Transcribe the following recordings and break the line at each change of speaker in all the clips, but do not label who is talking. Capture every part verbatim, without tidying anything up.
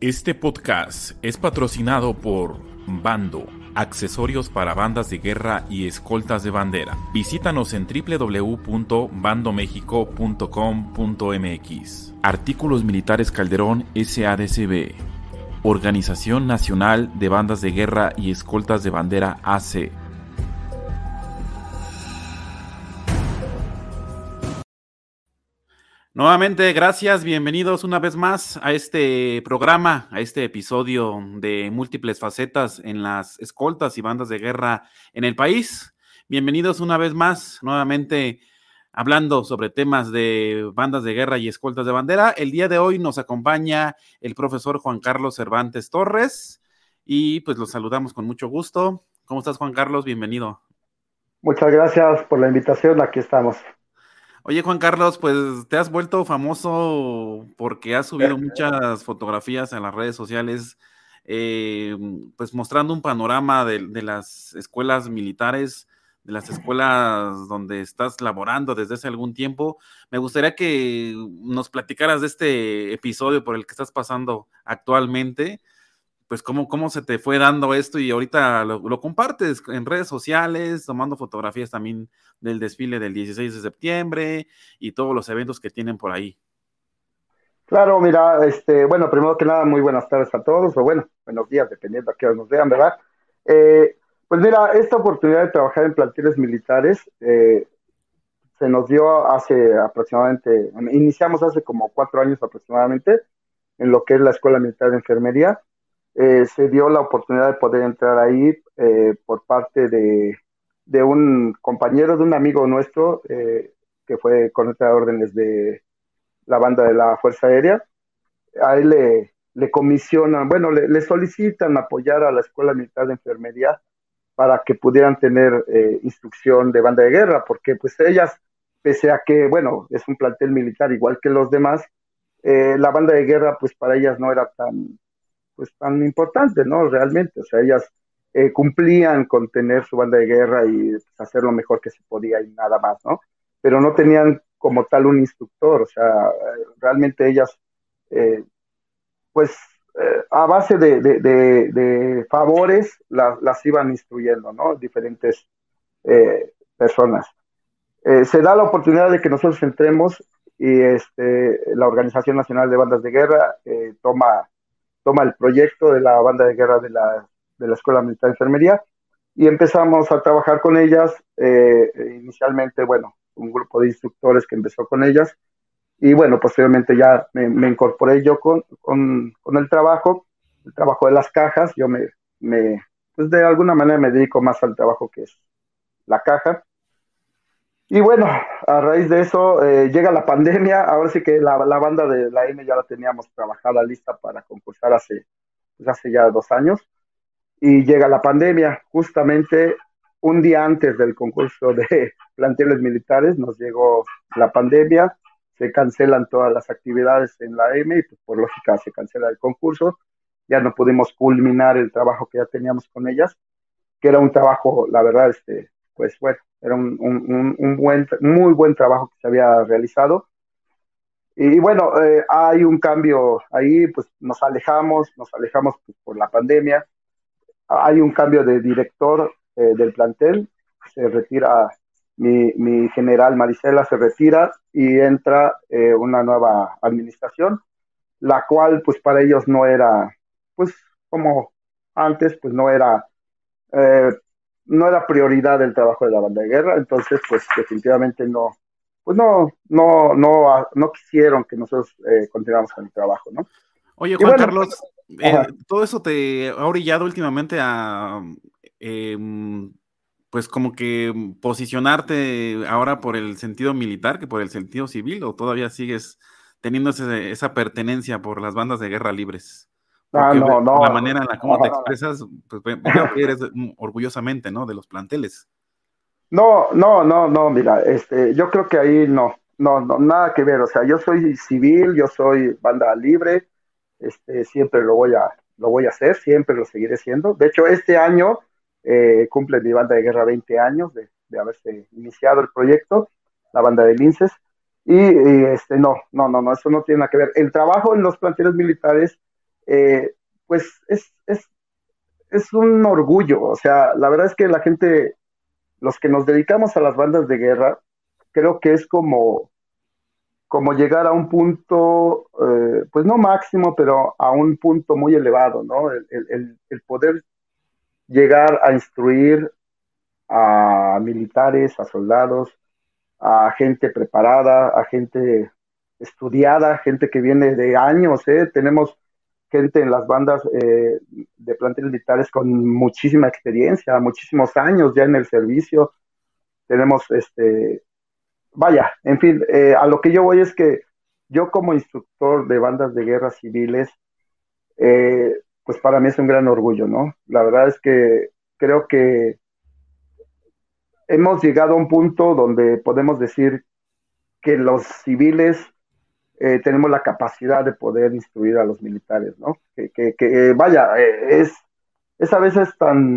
Este podcast es patrocinado por Bando, accesorios para bandas de guerra y escoltas de bandera. Visítanos en doble u doble u doble u punto bando mexico punto com punto m x. Artículos Militares Calderón S A D C B, Organización Nacional de Bandas de Guerra y Escoltas de Bandera A C. Nuevamente, gracias, bienvenidos una vez más a este programa, a este episodio de múltiples facetas en las escoltas y bandas de guerra en el país. Bienvenidos una vez más, nuevamente hablando sobre temas de bandas de guerra y escoltas de bandera. El día de hoy nos acompaña el profesor Juan Carlos Cervantes Torres y pues los saludamos con mucho gusto. ¿Cómo estás, Juan Carlos? Bienvenido.
Muchas gracias por la invitación, aquí estamos.
Oye, Juan Carlos, pues te has vuelto famoso porque has subido muchas fotografías a las redes sociales, eh, pues mostrando un panorama de, de las escuelas militares, de las escuelas donde estás laborando desde hace algún tiempo. Me gustaría que nos platicaras de este episodio por el que estás pasando actualmente, pues cómo, cómo se te fue dando esto y ahorita lo, lo compartes en redes sociales, tomando fotografías también del desfile del dieciséis de septiembre y todos los eventos que tienen por ahí.
Claro, mira, este, bueno, primero que nada, muy buenas tardes a todos, o bueno, buenos días, dependiendo a qué hora nos vean, ¿verdad? Eh, pues mira, esta oportunidad de trabajar en planteles militares eh, se nos dio hace aproximadamente, iniciamos hace como cuatro años aproximadamente, en lo que es la Escuela Militar de Enfermería. Eh, se dio la oportunidad de poder entrar ahí eh, por parte de, de un compañero, de un amigo nuestro, eh, que fue corneta de órdenes de la banda de la Fuerza Aérea. A él le, le comisionan, bueno, le, le solicitan apoyar a la Escuela Militar de Enfermería para que pudieran tener eh, instrucción de banda de guerra, porque pues ellas, pese a que, bueno, es un plantel militar igual que los demás, eh, la banda de guerra pues para ellas no era tan pues tan importante, ¿no? Realmente, o sea, ellas eh, cumplían con tener su banda de guerra y pues, hacer lo mejor que se podía y nada más, ¿no? Pero no tenían como tal un instructor, o sea, realmente ellas, eh, pues, eh, a base de, de, de, de favores, la, las iban instruyendo, ¿no? Diferentes eh, personas. Eh, se da la oportunidad de que nosotros entremos y este, la Organización Nacional de Bandas de Guerra eh, toma toma el proyecto de la banda de guerra de la, de la Escuela Militar de Enfermería y empezamos a trabajar con ellas. Eh, inicialmente, bueno, un grupo de instructores que empezó con ellas y bueno, posteriormente ya me, me incorporé yo con, con, con el trabajo, el trabajo de las cajas. Yo me, me, pues de alguna manera me dedico más al trabajo que es la caja. Y bueno, a raíz de eso eh, llega la pandemia. Ahora sí que la, la banda de la M ya la teníamos trabajada, lista para concursar hace, pues hace ya dos años. Y llega la pandemia, justamente un día antes del concurso de planteles militares, nos llegó la pandemia, se cancelan todas las actividades en la M y pues por lógica se cancela el concurso. Ya no pudimos culminar el trabajo que ya teníamos con ellas, que era un trabajo, la verdad, este, pues bueno, era un, un, un buen, muy buen trabajo que se había realizado. Y bueno, eh, hay un cambio ahí, pues nos alejamos, nos alejamos pues, por la pandemia. Hay un cambio de director eh, del plantel, se retira mi, mi general Marisela, se retira y entra eh, una nueva administración, la cual pues para ellos no era, pues como antes, pues no era... Eh, no era prioridad el trabajo de la banda de guerra, entonces pues definitivamente no, pues no, no, no, no quisieron que nosotros eh, continuáramos con el trabajo, ¿no?
Oye, Juan bueno, Carlos, eh, todo eso te ha orillado últimamente a, eh, pues como que posicionarte ahora por el sentido militar que por el sentido civil, ¿o todavía sigues teniendo ese, esa pertenencia por las bandas de guerra libres? Porque ah, no, no, la manera en la como te expresas, pues veo que eres orgullosamente, ¿no? De los planteles.
No, no, no, no, mira, este, yo creo que ahí no, no, no, nada que ver. O sea, yo soy civil, yo soy banda libre, este, siempre lo voy a, lo voy a hacer, siempre lo seguiré siendo. De hecho, este año eh, cumple mi banda de guerra veinte años de, de haberse iniciado el proyecto, la banda de Linces, y, y este, no, no, no, no, eso no tiene nada que ver. El trabajo en los planteles militares eh, pues es, es, es un orgullo. O sea, la verdad es que la gente, los que nos dedicamos a las bandas de guerra, creo que es como, como llegar a un punto, eh, pues no máximo, pero a un punto muy elevado, ¿no? El, el, el el poder llegar a instruir a militares, a soldados, a gente preparada, a gente estudiada, gente que viene de años, ¿eh? Tenemos gente en las bandas eh, de planteles militares con muchísima experiencia, muchísimos años ya en el servicio. Tenemos, este, vaya, en fin, eh, a lo que yo voy es que yo como instructor de bandas de guerra civiles, eh, pues para mí es un gran orgullo, ¿no? La verdad es que creo que hemos llegado a un punto donde podemos decir que los civiles eh, tenemos la capacidad de poder instruir a los militares, ¿no? Que, que, que eh, vaya, eh, es, es a veces tan,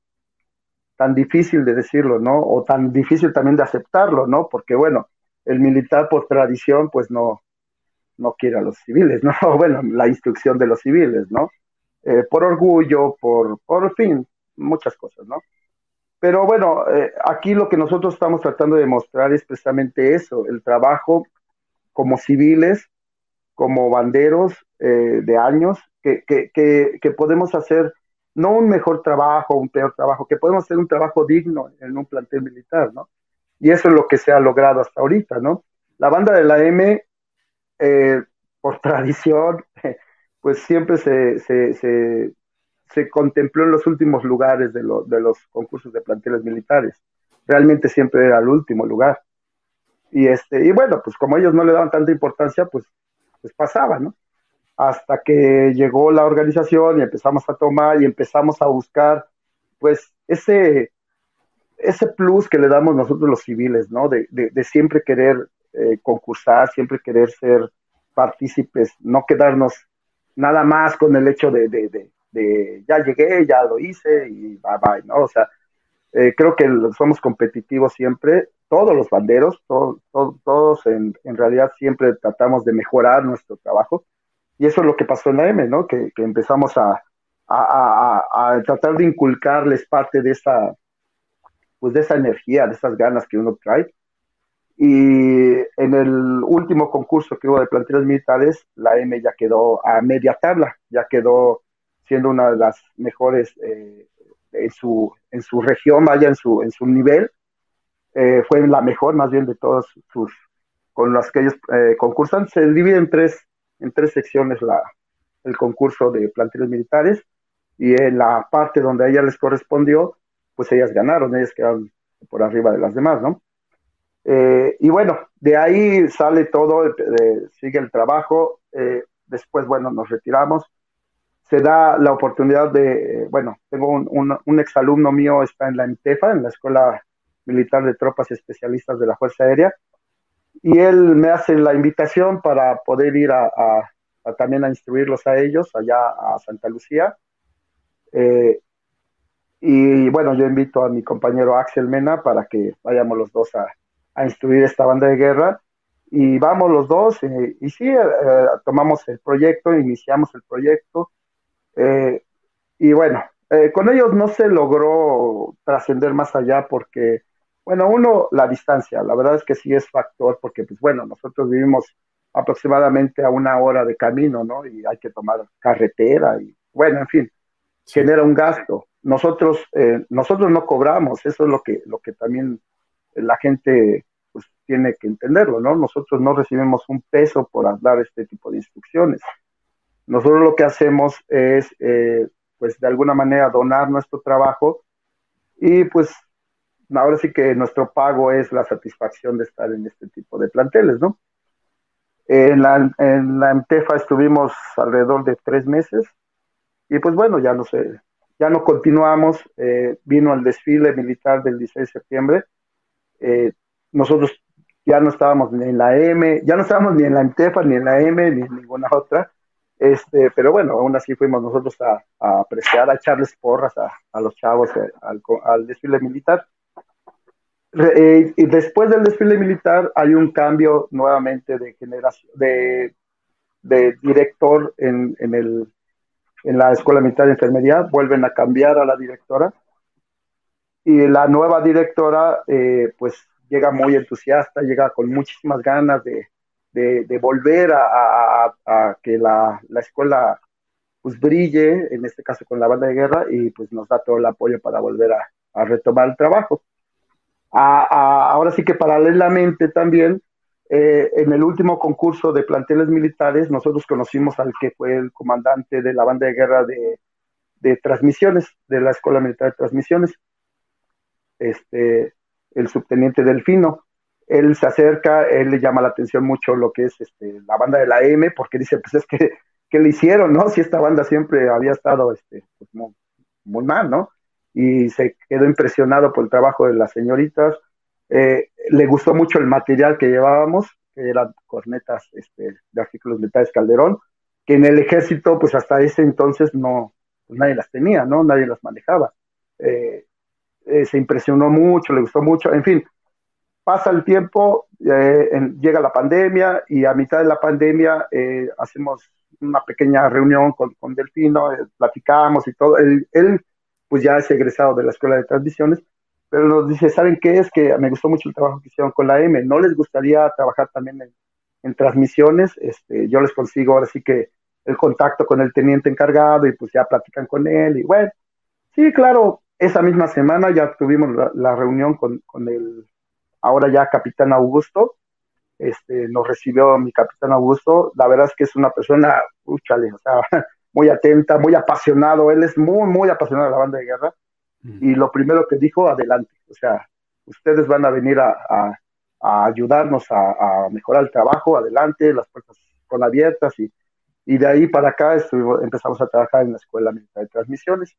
tan difícil de decirlo, ¿no? O tan difícil también de aceptarlo, ¿no? Porque, bueno, el militar por tradición, pues no, no quiere a los civiles, ¿no? Bueno, la instrucción de los civiles, ¿no? Eh, por orgullo, por, por fin, muchas cosas, ¿no? Pero bueno, eh, aquí lo que nosotros estamos tratando de mostrar es precisamente eso, el trabajo como civiles, como banderos eh, de años, que, que, que, que, podemos hacer no un mejor trabajo, un peor trabajo, que podemos hacer un trabajo digno en un plantel militar, ¿no? Y eso es lo que se ha logrado hasta ahorita, ¿no? La banda de la M, eh, por tradición, pues siempre se, se, se, se contempló en los últimos lugares de, lo, de los concursos de planteles militares. Realmente siempre era el último lugar. Y, este, y bueno, pues como ellos no le daban tanta importancia, pues, pues pasaba, ¿no? Hasta que llegó la organización y empezamos a tomar y empezamos a buscar, pues, ese, ese plus que le damos nosotros los civiles, ¿no? De, de, de siempre querer eh, concursar, siempre querer ser partícipes, no quedarnos nada más con el hecho de, de, de, de ya llegué, ya lo hice y bye bye, ¿no? O sea, eh, creo que somos competitivos siempre, todos los banderos, todo, todo, todos en, en, realidad siempre tratamos de mejorar nuestro trabajo. Y eso es lo que pasó en la M, ¿no? Que, que empezamos a, a, a, a, tratar de inculcarles parte de esa, pues de esa energía, de esas ganas que uno trae. Y en el último concurso que hubo de planteles militares, la M ya quedó a media tabla, ya quedó siendo una de las mejores eh, en, su, en su región, vaya, en su, en su nivel. Eh, fue la mejor, más bien, de todas sus, con las que ellos eh, concursan. Se divide en tres, en tres secciones la, el concurso de planteles militares, y en la parte donde a ellas les correspondió, pues ellas ganaron, ellas quedaron por arriba de las demás, ¿no? Eh, y bueno, de ahí sale todo, eh, sigue el trabajo, eh, después, bueno, nos retiramos, se da la oportunidad de, bueno, tengo un, un, un exalumno mío, está en la EMTEFA, en la Escuela Militar de Tropas Especialistas de la Fuerza Aérea, y él me hace la invitación para poder ir a, a, a también a instruirlos a ellos allá a Santa Lucía. Eh, y bueno, yo invito a mi compañero Axel Mena para que vayamos los dos a, a instruir esta banda de guerra. Y vamos los dos, eh, y sí, eh, tomamos el proyecto, iniciamos el proyecto. Eh, y bueno, eh, con ellos no se logró trascender más allá porque, bueno, uno, la distancia, la verdad es que sí es factor, porque pues bueno, nosotros vivimos aproximadamente a una hora de camino, ¿no? Y hay que tomar carretera y, bueno, en fin, sí. Genera un gasto. Nosotros, eh, nosotros no cobramos, eso es lo que, lo que también la gente pues tiene que entenderlo, ¿no? Nosotros no recibimos un peso por dar este tipo de instrucciones. Nosotros lo que hacemos es, eh, pues de alguna manera, donar nuestro trabajo, y pues ahora sí que nuestro pago es la satisfacción de estar en este tipo de planteles, ¿no? En la, en la EMTEFA estuvimos alrededor de tres meses, y pues bueno, ya no sé, ya no continuamos, eh, vino el desfile militar del dieciséis de septiembre, eh, nosotros ya no estábamos ni en la M, ya no estábamos ni en la EMTEFA, ni en la M, ni en ninguna otra. Este, pero bueno, aún así fuimos nosotros a, a apreciar, a echarles porras a, a los chavos, eh, al, al desfile militar. Eh, y después del desfile militar hay un cambio nuevamente de generación, de, de director en, en, el, en la Escuela Militar de Enfermería, vuelven a cambiar a la directora y la nueva directora eh, pues llega muy entusiasta, llega con muchísimas ganas de, de, de volver a, a, a que la, la, escuela pues brille, en este caso con la banda de guerra, y pues nos da todo el apoyo para volver a, a retomar el trabajo. A, a, ahora sí que paralelamente también, eh, en el último concurso de planteles militares, nosotros conocimos al que fue el comandante de la banda de guerra de, de transmisiones, de la Escuela Militar de Transmisiones, este, el subteniente Delfino. Él se acerca, él le llama la atención mucho lo que es este, la banda de la M, porque dice, pues es que, ¿qué le hicieron, no? Si esta banda siempre había estado este, pues, muy, muy mal, ¿no? Y se quedó impresionado por el trabajo de las señoritas. Eh, le gustó mucho el material que llevábamos, que eran cornetas este, de artículos militares Calderón, que en el ejército, pues hasta ese entonces no, pues nadie las tenía, ¿no? Nadie las manejaba. Eh, eh, se impresionó mucho, le gustó mucho, en fin, pasa el tiempo, eh, en, llega la pandemia y a mitad de la pandemia eh, hacemos una pequeña reunión con, con Delfino, eh, platicamos y todo. Él, él, pues ya es egresado de la Escuela de Transmisiones, pero nos dice, ¿saben qué? Es que me gustó mucho el trabajo que hicieron con la M, ¿no les gustaría trabajar también en, en transmisiones? Este, yo les consigo ahora sí que el contacto con el teniente encargado y pues ya platican con él y bueno, sí, claro, esa misma semana ya tuvimos la, la reunión con, con el ahora ya capitán Augusto. Este, nos recibió mi capitán Augusto, la verdad es que es una persona, úchale, o sea, muy atenta, muy apasionado, él es muy, muy apasionado de la banda de guerra, mm. y lo primero que dijo, adelante, o sea, ustedes van a venir a, a, a ayudarnos a, a, mejorar el trabajo, adelante, las puertas son abiertas, y, y de ahí para acá estuvimos, empezamos a trabajar en la Escuela Militar de Transmisiones,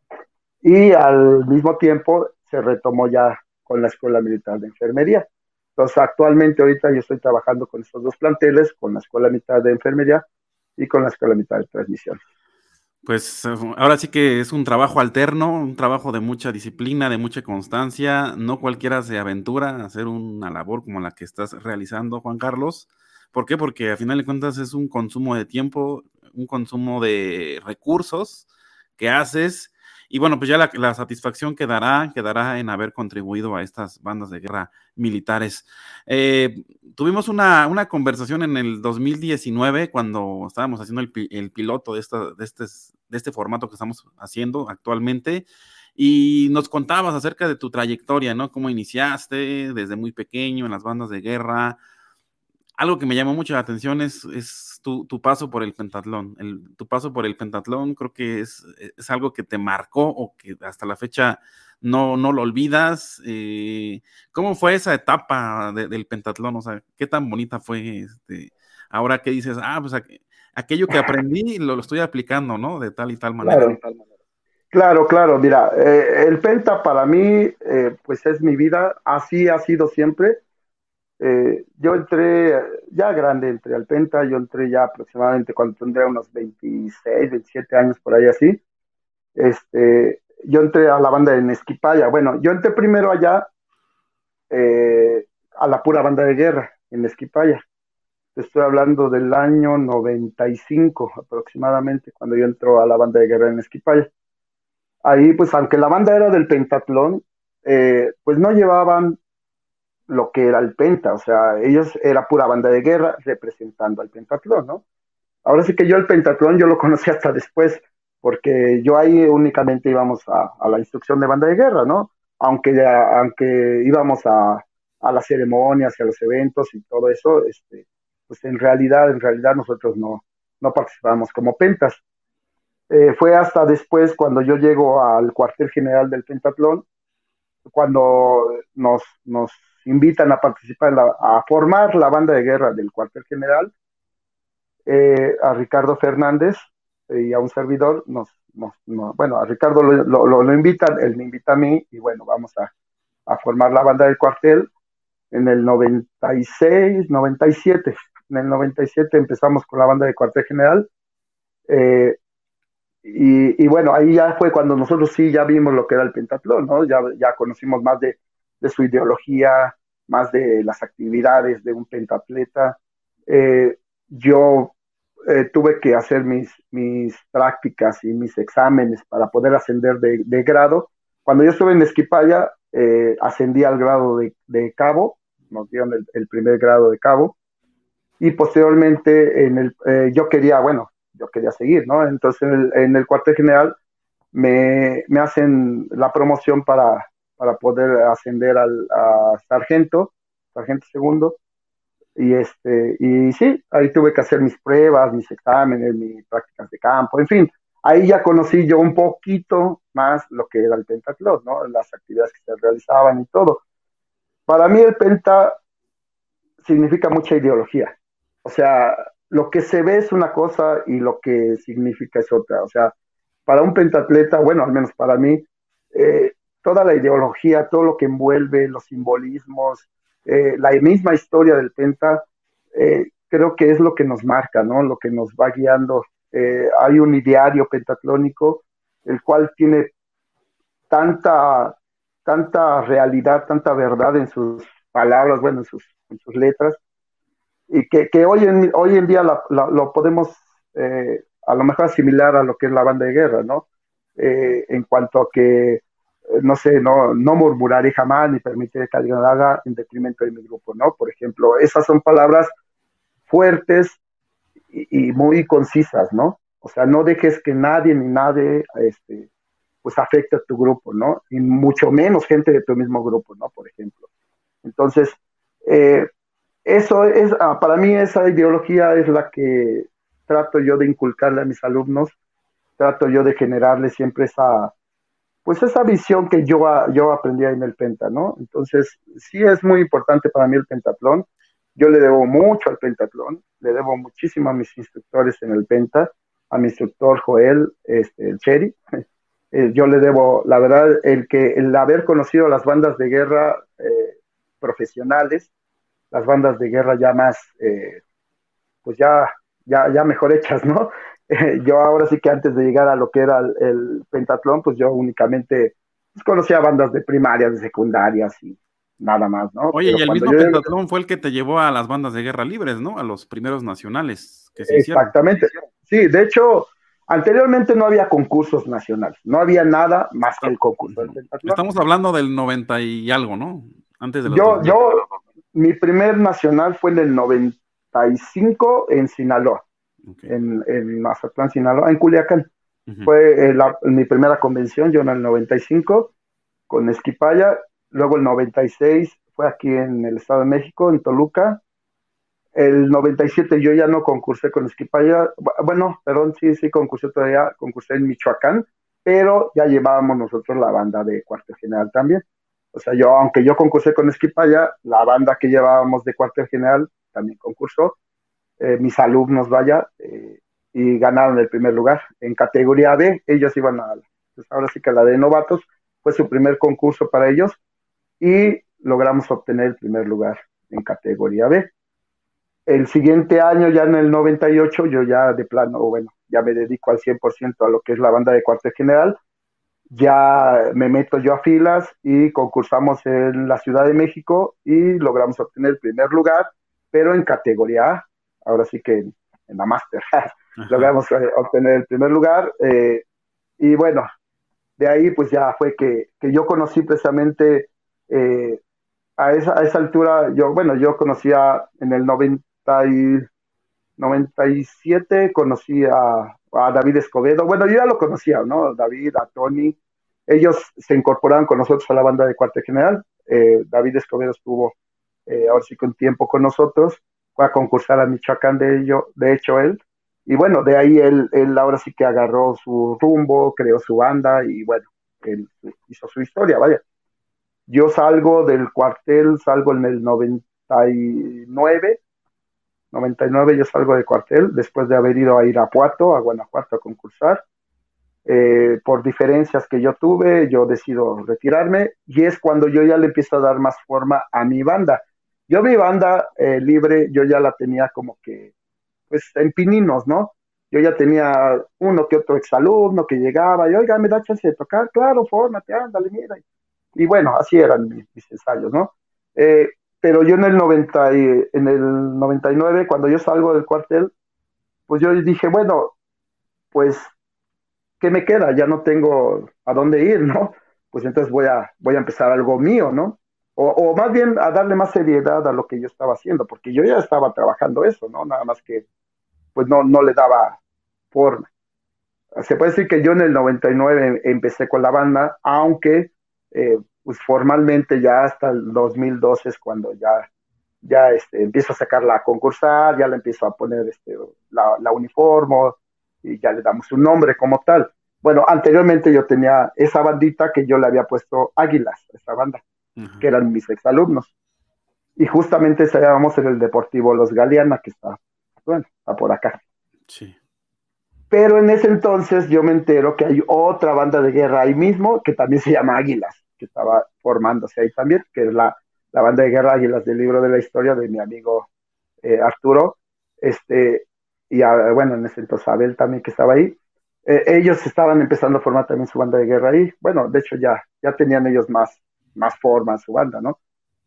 y al mismo tiempo se retomó ya con la Escuela Militar de Enfermería. Entonces, actualmente ahorita yo estoy trabajando con estos dos planteles, con la Escuela Militar de Enfermería y con la Escuela Militar de Transmisión.
Pues ahora sí que es un trabajo alterno, un trabajo de mucha disciplina, de mucha constancia. No cualquiera se aventura a hacer una labor como la que estás realizando, Juan Carlos. ¿Por qué? Porque a final de cuentas es un consumo de tiempo, un consumo de recursos que haces. Y bueno, pues ya la, la satisfacción quedará, quedará en haber contribuido a estas bandas de guerra militares. Eh, tuvimos una, una conversación en el dos mil diecinueve cuando estábamos haciendo el, el piloto de, esta, de, este, de este formato que estamos haciendo actualmente y nos contabas acerca de tu trayectoria, ¿no? Cómo iniciaste desde muy pequeño en las bandas de guerra. Algo que me llamó mucho la atención es, es tu, tu paso por el pentatlón. El, tu paso por el pentatlón creo que es, es algo que te marcó o que hasta la fecha no, no lo olvidas. Eh, ¿Cómo fue esa etapa de, del pentatlón? O sea, ¿qué tan bonita fue? Este, ahora que dices, ah, pues aqu aquello que aprendí lo, lo estoy aplicando, ¿no? De tal y tal manera.
Claro, claro, claro. Mira, eh, el penta para mí, eh, pues es mi vida. Así ha sido siempre. Eh, yo entré ya grande, entré al Penta, yo entré ya aproximadamente cuando tendría unos veintiséis, veintisiete años por ahí así. Este, yo entré a la banda en Esquipaya. Bueno, yo entré primero allá eh, a la pura banda de guerra en Esquipaya. Estoy hablando del año noventa y cinco aproximadamente, cuando yo entró a la banda de guerra en Esquipaya. Ahí, pues, aunque la banda era del pentatlón, eh, pues no llevaban lo que era el penta, o sea, ellos era pura banda de guerra representando al pentatlón, ¿no? Ahora sí que yo el pentatlón yo lo conocí hasta después, porque yo ahí únicamente íbamos a, a la instrucción de banda de guerra, ¿no? Aunque, a, aunque íbamos a, a las ceremonias y a los eventos y todo eso, este, pues en realidad, en realidad nosotros no, no participábamos como pentas. Eh, fue hasta después cuando yo llego al cuartel general del pentatlón, cuando nos, nos invitan a participar, en la, a formar la banda de guerra del cuartel general, eh, a Ricardo Fernández eh, y a un servidor, nos, nos, nos bueno, a Ricardo lo, lo, lo, invitan, él me invita a mí, y bueno, vamos a, a formar la banda del cuartel en el noventa y seis, noventa y siete. En el noventa y siete empezamos con la banda del cuartel general, eh, Y, y bueno, ahí ya fue cuando nosotros sí ya vimos lo que era el pentatlón, ¿no? Ya, ya conocimos más de, de su ideología, más de las actividades de un pentatleta. Eh, yo eh, tuve que hacer mis, mis prácticas y mis exámenes para poder ascender de, de grado. Cuando yo estuve en Esquipaya, eh, ascendí al grado de, de cabo, nos dieron el, el primer grado de cabo, y posteriormente en el, eh, yo quería, bueno, yo quería seguir, ¿no? Entonces en el, en el cuartel general me, me hacen la promoción para, para poder ascender al, a sargento, sargento segundo, y este, y sí, ahí tuve que hacer mis pruebas, mis exámenes, mis prácticas de campo, en fin, ahí ya conocí yo un poquito más lo que era el pentatlón, ¿no? Las actividades que se realizaban y todo. Para mí el penta significa mucha ideología. O sea, lo que se ve es una cosa y lo que significa es otra. O sea, para un pentatleta, bueno, al menos para mí, eh, toda la ideología, todo lo que envuelve, los simbolismos, eh, la misma historia del penta, eh, creo que es lo que nos marca, ¿no? Lo que nos va guiando. Eh, hay un ideario pentatlónico, el cual tiene tanta, tanta realidad, tanta verdad en sus palabras, bueno, en sus, en sus letras, y que, que hoy, en, hoy en día la, la, lo podemos eh, a lo mejor asimilar a lo que es la banda de guerra, ¿no? Eh, en cuanto a que, eh, no sé, no, no murmuraré jamás ni permitiré que alguien lo haga en detrimento de mi grupo, ¿no? Por ejemplo, esas son palabras fuertes y, y muy concisas, ¿no? O sea, no dejes que nadie ni nadie este, pues afecte a tu grupo, ¿no? Y mucho menos gente de tu mismo grupo, ¿no? Por ejemplo. Entonces, eh, eso es, ah, para mí esa ideología es la que trato yo de inculcarle a mis alumnos, trato yo de generarle siempre esa, pues esa visión que yo, yo aprendí en el Penta, ¿no? Entonces, sí es muy importante para mí el pentatlón, yo le debo mucho al pentatlón, le debo muchísimo a mis instructores en el Penta, a mi instructor Joel, este, el Cheri, eh, yo le debo, la verdad, el que el haber conocido las bandas de guerra eh, profesionales, las bandas de guerra ya más, eh, pues ya, ya, ya mejor hechas, ¿no? Eh, yo ahora sí que antes de llegar a lo que era el, el pentatlón, pues yo únicamente pues, conocía bandas de primarias, de secundarias y nada más, ¿no?
Oye, y
Pero
el
cuando
mismo
yo,
pentatlón fue el que te llevó a las bandas de guerra libres, ¿no? A los primeros nacionales que se hicieron.
exactamente, sí, de hecho, anteriormente no había concursos nacionales, no había nada más que
Está-
el concurso del
Ujú.
pentatlón.
Estamos hablando del noventa y algo, ¿no? Antes de los dos
Yo,
mil.
yo, mi primer nacional fue en el noventa y cinco en Sinaloa,
Ok.
en, en Mazatlán, Sinaloa, en Culiacán.
Ujú.
Fue eh, la, mi primera convención, yo en el noventa y cinco, con Esquipaya. Luego el noventa y seis fue aquí en el Estado de México, en Toluca. El noventa y siete yo ya no concursé con Esquipaya. Bueno, perdón, sí, sí, concursé todavía, concursé en Michoacán, pero ya llevábamos nosotros la banda de cuartel general también. O sea, yo, aunque yo concursé con Esquipaya, la banda que llevábamos de cuartel general también concursó. Eh, mis alumnos, vaya, eh, y ganaron el primer lugar. En categoría B, ellos iban a, pues ahora sí que la de novatos, fue su primer concurso para ellos y logramos obtener el primer lugar en categoría B. El siguiente año, ya en el noventa y ocho, yo ya de plano, bueno, ya me dedico al cien por ciento a lo que es la banda de cuartel general, ya me meto yo a filas y concursamos en la Ciudad de México y logramos obtener el primer lugar, pero en categoría A, ahora sí que en, en la Master,
Ajá.
logramos eh, obtener el primer lugar eh, y bueno, de ahí pues ya fue que, que yo conocí precisamente eh, a, esa, a esa altura, yo, bueno, yo conocía en el noventa y, noventa y siete, conocí a, a David Escobedo, bueno, yo ya lo conocía, ¿no? David, a Tony, ellos se incorporaron con nosotros a la banda de cuartel general, eh, David Escobedo estuvo eh, ahora sí con tiempo con nosotros, fue a concursar a Michoacán de, ello, de hecho él, y bueno, de ahí él, él ahora sí que agarró su rumbo, creó su banda y bueno, él hizo su historia, vaya. Yo salgo del cuartel, salgo en el noventa y nueve, noventa y nueve yo salgo del cuartel después de haber ido a Irapuato, a Guanajuato a concursar. Eh, por diferencias que yo tuve, yo decido retirarme y es cuando yo ya le empiezo a dar más forma a mi banda. Yo mi banda eh, libre, yo ya la tenía como que, pues en pininos, ¿no? Yo ya tenía uno que otro exalumno que llegaba y, oiga, me da chance de tocar, claro, fórmate, ándale, mira. Y bueno, así eran mis, mis ensayos, ¿no? Eh, pero yo en el noventa y, en el noventa y nueve, cuando yo salgo del cuartel, pues yo dije, bueno, pues, ¿qué me queda? Ya no tengo a dónde ir, ¿no? Pues entonces voy a, voy a empezar algo mío, ¿no? O, o más bien a darle más seriedad a lo que yo estaba haciendo, porque yo ya estaba trabajando eso, ¿no? Nada más que, pues no, no le daba forma. Se puede decir que yo en el noventa y nueve empecé con la banda, aunque eh, pues formalmente ya hasta el dos mil doce es cuando ya, ya este, empiezo a sacarla a concursar, ya le empiezo a poner este, la, la uniforme y ya le damos un nombre como tal. Bueno, anteriormente yo tenía esa bandita que yo le había puesto Águilas, esa banda,
Ajá.
que eran mis exalumnos. Y justamente estábamos en el Deportivo Los Galeana, que está, bueno, está por acá.
Sí.
Pero en ese entonces yo me entero que hay otra banda de guerra ahí mismo que también se llama Águilas, que estaba formándose ahí también, que es la, la banda de guerra Águilas del libro de la historia de mi amigo eh, Arturo, este, y a, bueno, en ese entonces Abel también que estaba ahí. Eh, ellos estaban empezando a formar también su banda de guerra ahí. Bueno, de hecho ya, ya tenían ellos más, más forma en su banda, ¿no?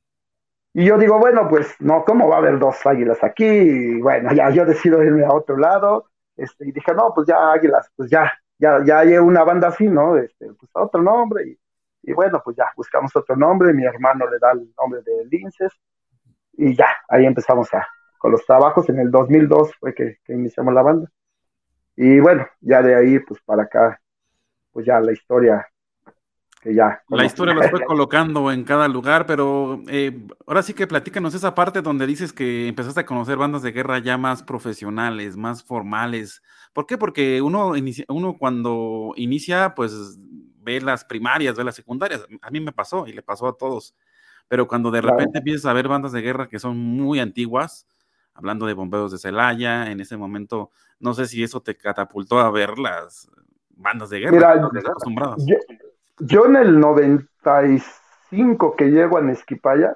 Y yo digo, bueno, pues no, ¿cómo va a haber dos águilas aquí? Y bueno, ya yo decido irme a otro lado. Este, y dije, no, pues ya águilas, pues ya, ya, ya hay una banda así, ¿no? Este, pues otro nombre. Y, y bueno, pues ya buscamos otro nombre. Mi hermano le da el nombre de Linces. Y ya, ahí empezamos a, con los trabajos. En el dos mil dos fue que, que iniciamos la banda. Y bueno, ya de ahí, pues para acá, pues ya la historia que ya
La
conocen.
historia los fue colocando en cada lugar, pero eh, ahora sí que platícanos esa parte donde dices que empezaste a conocer bandas de guerra ya más profesionales, más formales. ¿Por qué? Porque uno, inicia, uno cuando inicia, pues ve las primarias, ve las secundarias. A mí me pasó y le pasó a todos. Pero cuando de
Claro.
repente empiezas a ver bandas de guerra que son muy antiguas, hablando de Bomberos de Celaya, en ese momento, no sé si eso te catapultó a ver las bandas de guerra que
Mira,
estamos acostumbrados.
yo, yo en el noventa y cinco que llego a Nesquipaya,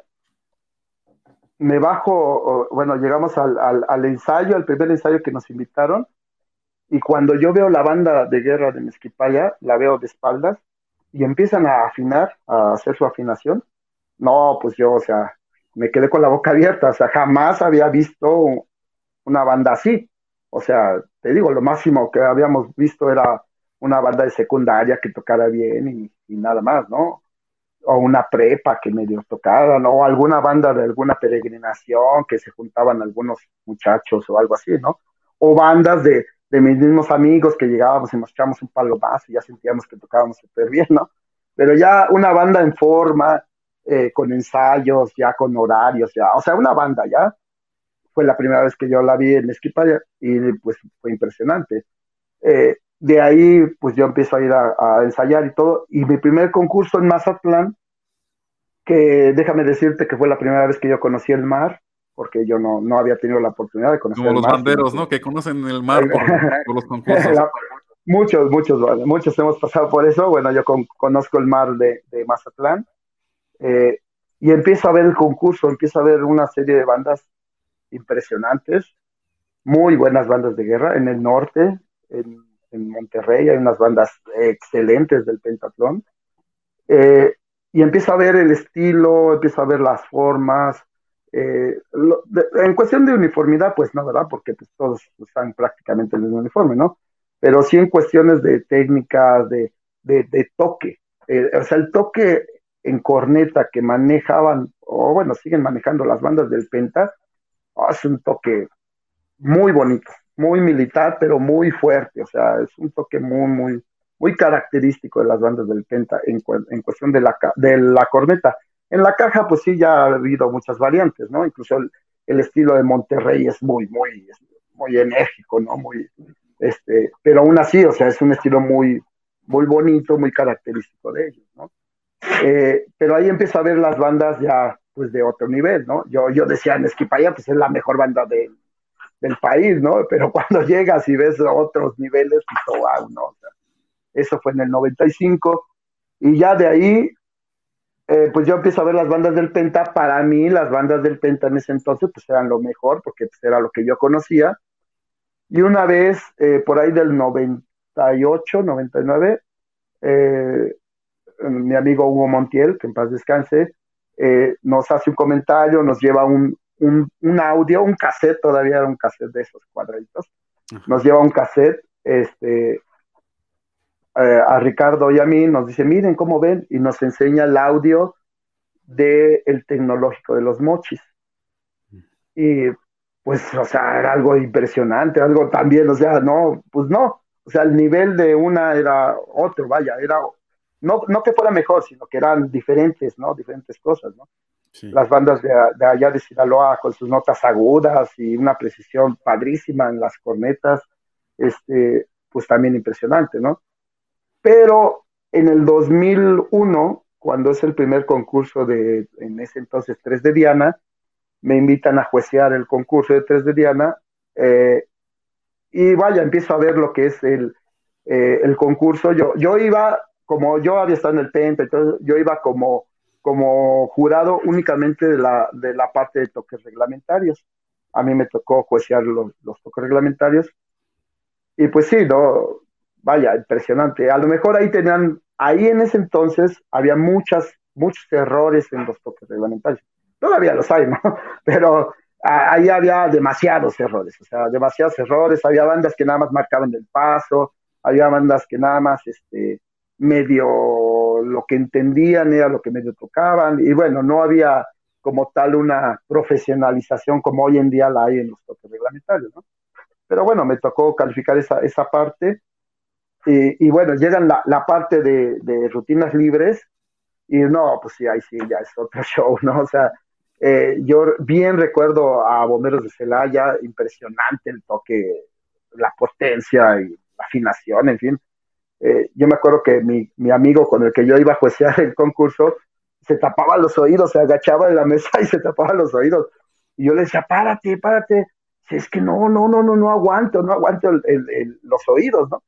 me bajo, bueno, llegamos al, al, al ensayo, al primer ensayo que nos invitaron, y cuando yo veo la banda de guerra de Mezquipaya, la veo de espaldas, y empiezan a afinar, a hacer su afinación, no, pues yo, o sea, me quedé con la boca abierta, o sea, jamás había visto una banda así. O sea, te digo, lo máximo que habíamos visto era una banda de secundaria que tocara bien y, y nada más, ¿no? O una prepa que medio tocaran, o alguna banda de alguna peregrinación que se juntaban algunos muchachos o algo así, ¿no? O bandas de, de mis mismos amigos que llegábamos y nos echábamos un palo más y ya sentíamos que tocábamos súper bien, ¿no? Pero ya una banda en forma, eh, con ensayos, ya con horarios, ya, o sea, una banda ya, fue la primera vez que yo la vi en Esquipaya y pues fue impresionante. Eh, de ahí, pues yo empiezo a ir a, a, ensayar y todo. Y mi primer concurso en Mazatlán, que déjame decirte que fue la primera vez que yo conocí el mar, porque yo no, no había tenido la oportunidad de conocer
Como
el
los
mar, sino
banderos,
que
¿no? Que conocen el mar por, por los concursos.
la, muchos, muchos, muchos hemos pasado por eso. Bueno, yo con, conozco el mar de, de Mazatlán, eh, y empiezo a ver el concurso, empiezo a ver una serie de bandas impresionantes, muy buenas bandas de guerra en el norte, en, en Monterrey hay unas bandas excelentes del pentatlón, eh, y empiezo a ver el estilo, empiezo a ver las formas, eh, lo, de, en cuestión de uniformidad, pues no, ¿verdad? Porque pues, todos usan prácticamente el mismo uniforme, ¿no? Pero sí en cuestiones de técnicas, de, de, de toque, eh, o sea, el toque en corneta que manejaban, o bueno, siguen manejando las bandas del Penta, oh, es un toque muy bonito, muy militar, pero muy fuerte, o sea, es un toque muy, muy, muy característico de las bandas del Penta en, en cuestión de la, de la corneta. En la caja, pues sí, ya ha habido muchas variantes, ¿no? Incluso el, el estilo de Monterrey es muy, muy, muy enérgico, ¿no? Muy, este, pero aún así, o sea, es un estilo muy, muy bonito, muy característico de ellos, ¿no? Eh, pero ahí empiezo a ver las bandas ya, pues, de otro nivel, ¿no? Yo, yo decía, en Esquipaya, pues es la mejor banda de, del país, ¿no? Pero cuando llegas y ves otros niveles, pues, wow, ¿no? O sea, eso fue en el noventa y cinco, y ya de ahí, eh, pues yo empiezo a ver las bandas del Penta. Para mí, las bandas del Penta en ese entonces, pues eran lo mejor, porque pues, era lo que yo conocía, y una vez, eh, por ahí del noventa y ocho, noventa y nueve, eh, mi amigo Hugo Montiel, que en paz descanse, eh, nos hace un comentario, nos lleva un, un, un audio, un cassette, todavía era un cassette de esos cuadraditos,
Ajá.
nos lleva un cassette, este, eh, a Ricardo y a mí, nos dice, miren cómo ven, y nos enseña el audio del Tecnológico de los Mochis. Y pues, o sea, era algo impresionante, algo también, o sea, no, pues no, o sea, el nivel de una era otro, vaya, era, no, no que fuera mejor, sino que eran diferentes, ¿no? Diferentes cosas, ¿no?
Sí.
Las bandas de, de allá de Sinaloa con sus notas agudas y una precisión padrísima en las cornetas, este, pues también impresionante, ¿no? Pero en el dos mil uno, cuando es el primer concurso de, en ese entonces, tres de Diana, me invitan a juecear el concurso de tres de Diana, eh, y vaya, empiezo a ver lo que es el, eh, el concurso. Yo, yo iba, como yo había estado en el Penta, entonces yo iba como, como jurado únicamente de la, de la parte de toques reglamentarios. A mí me tocó juecear los, los toques reglamentarios. Y pues sí, no, vaya, impresionante. A lo mejor ahí tenían, ahí en ese entonces había muchas, muchos errores en los toques reglamentarios. Todavía los hay, ¿no? Pero a- ahí había demasiados errores, o sea, demasiados errores. Había bandas que nada más marcaban el paso, había bandas que nada más, este, medio lo que entendían era lo que medio tocaban. Y bueno, no había como tal una profesionalización como hoy en día la hay en los toques reglamentarios, ¿no? Pero bueno, me tocó calificar esa, esa parte. Y, y bueno, llegan la, la parte de, de, rutinas libres y no, pues sí, ahí sí, ya es otro show, ¿no? O sea, eh, yo bien recuerdo a Bomberos de Celaya, impresionante el toque, la potencia y la afinación, en fin. Eh, yo me acuerdo que mi, mi amigo con el que yo iba a juecear el concurso se tapaba los oídos, se agachaba en la mesa y se tapaba los oídos. Y yo le decía, párate, párate. Si es que no, no, no, no, no aguanto, no aguanto el, el, el, los oídos, ¿no?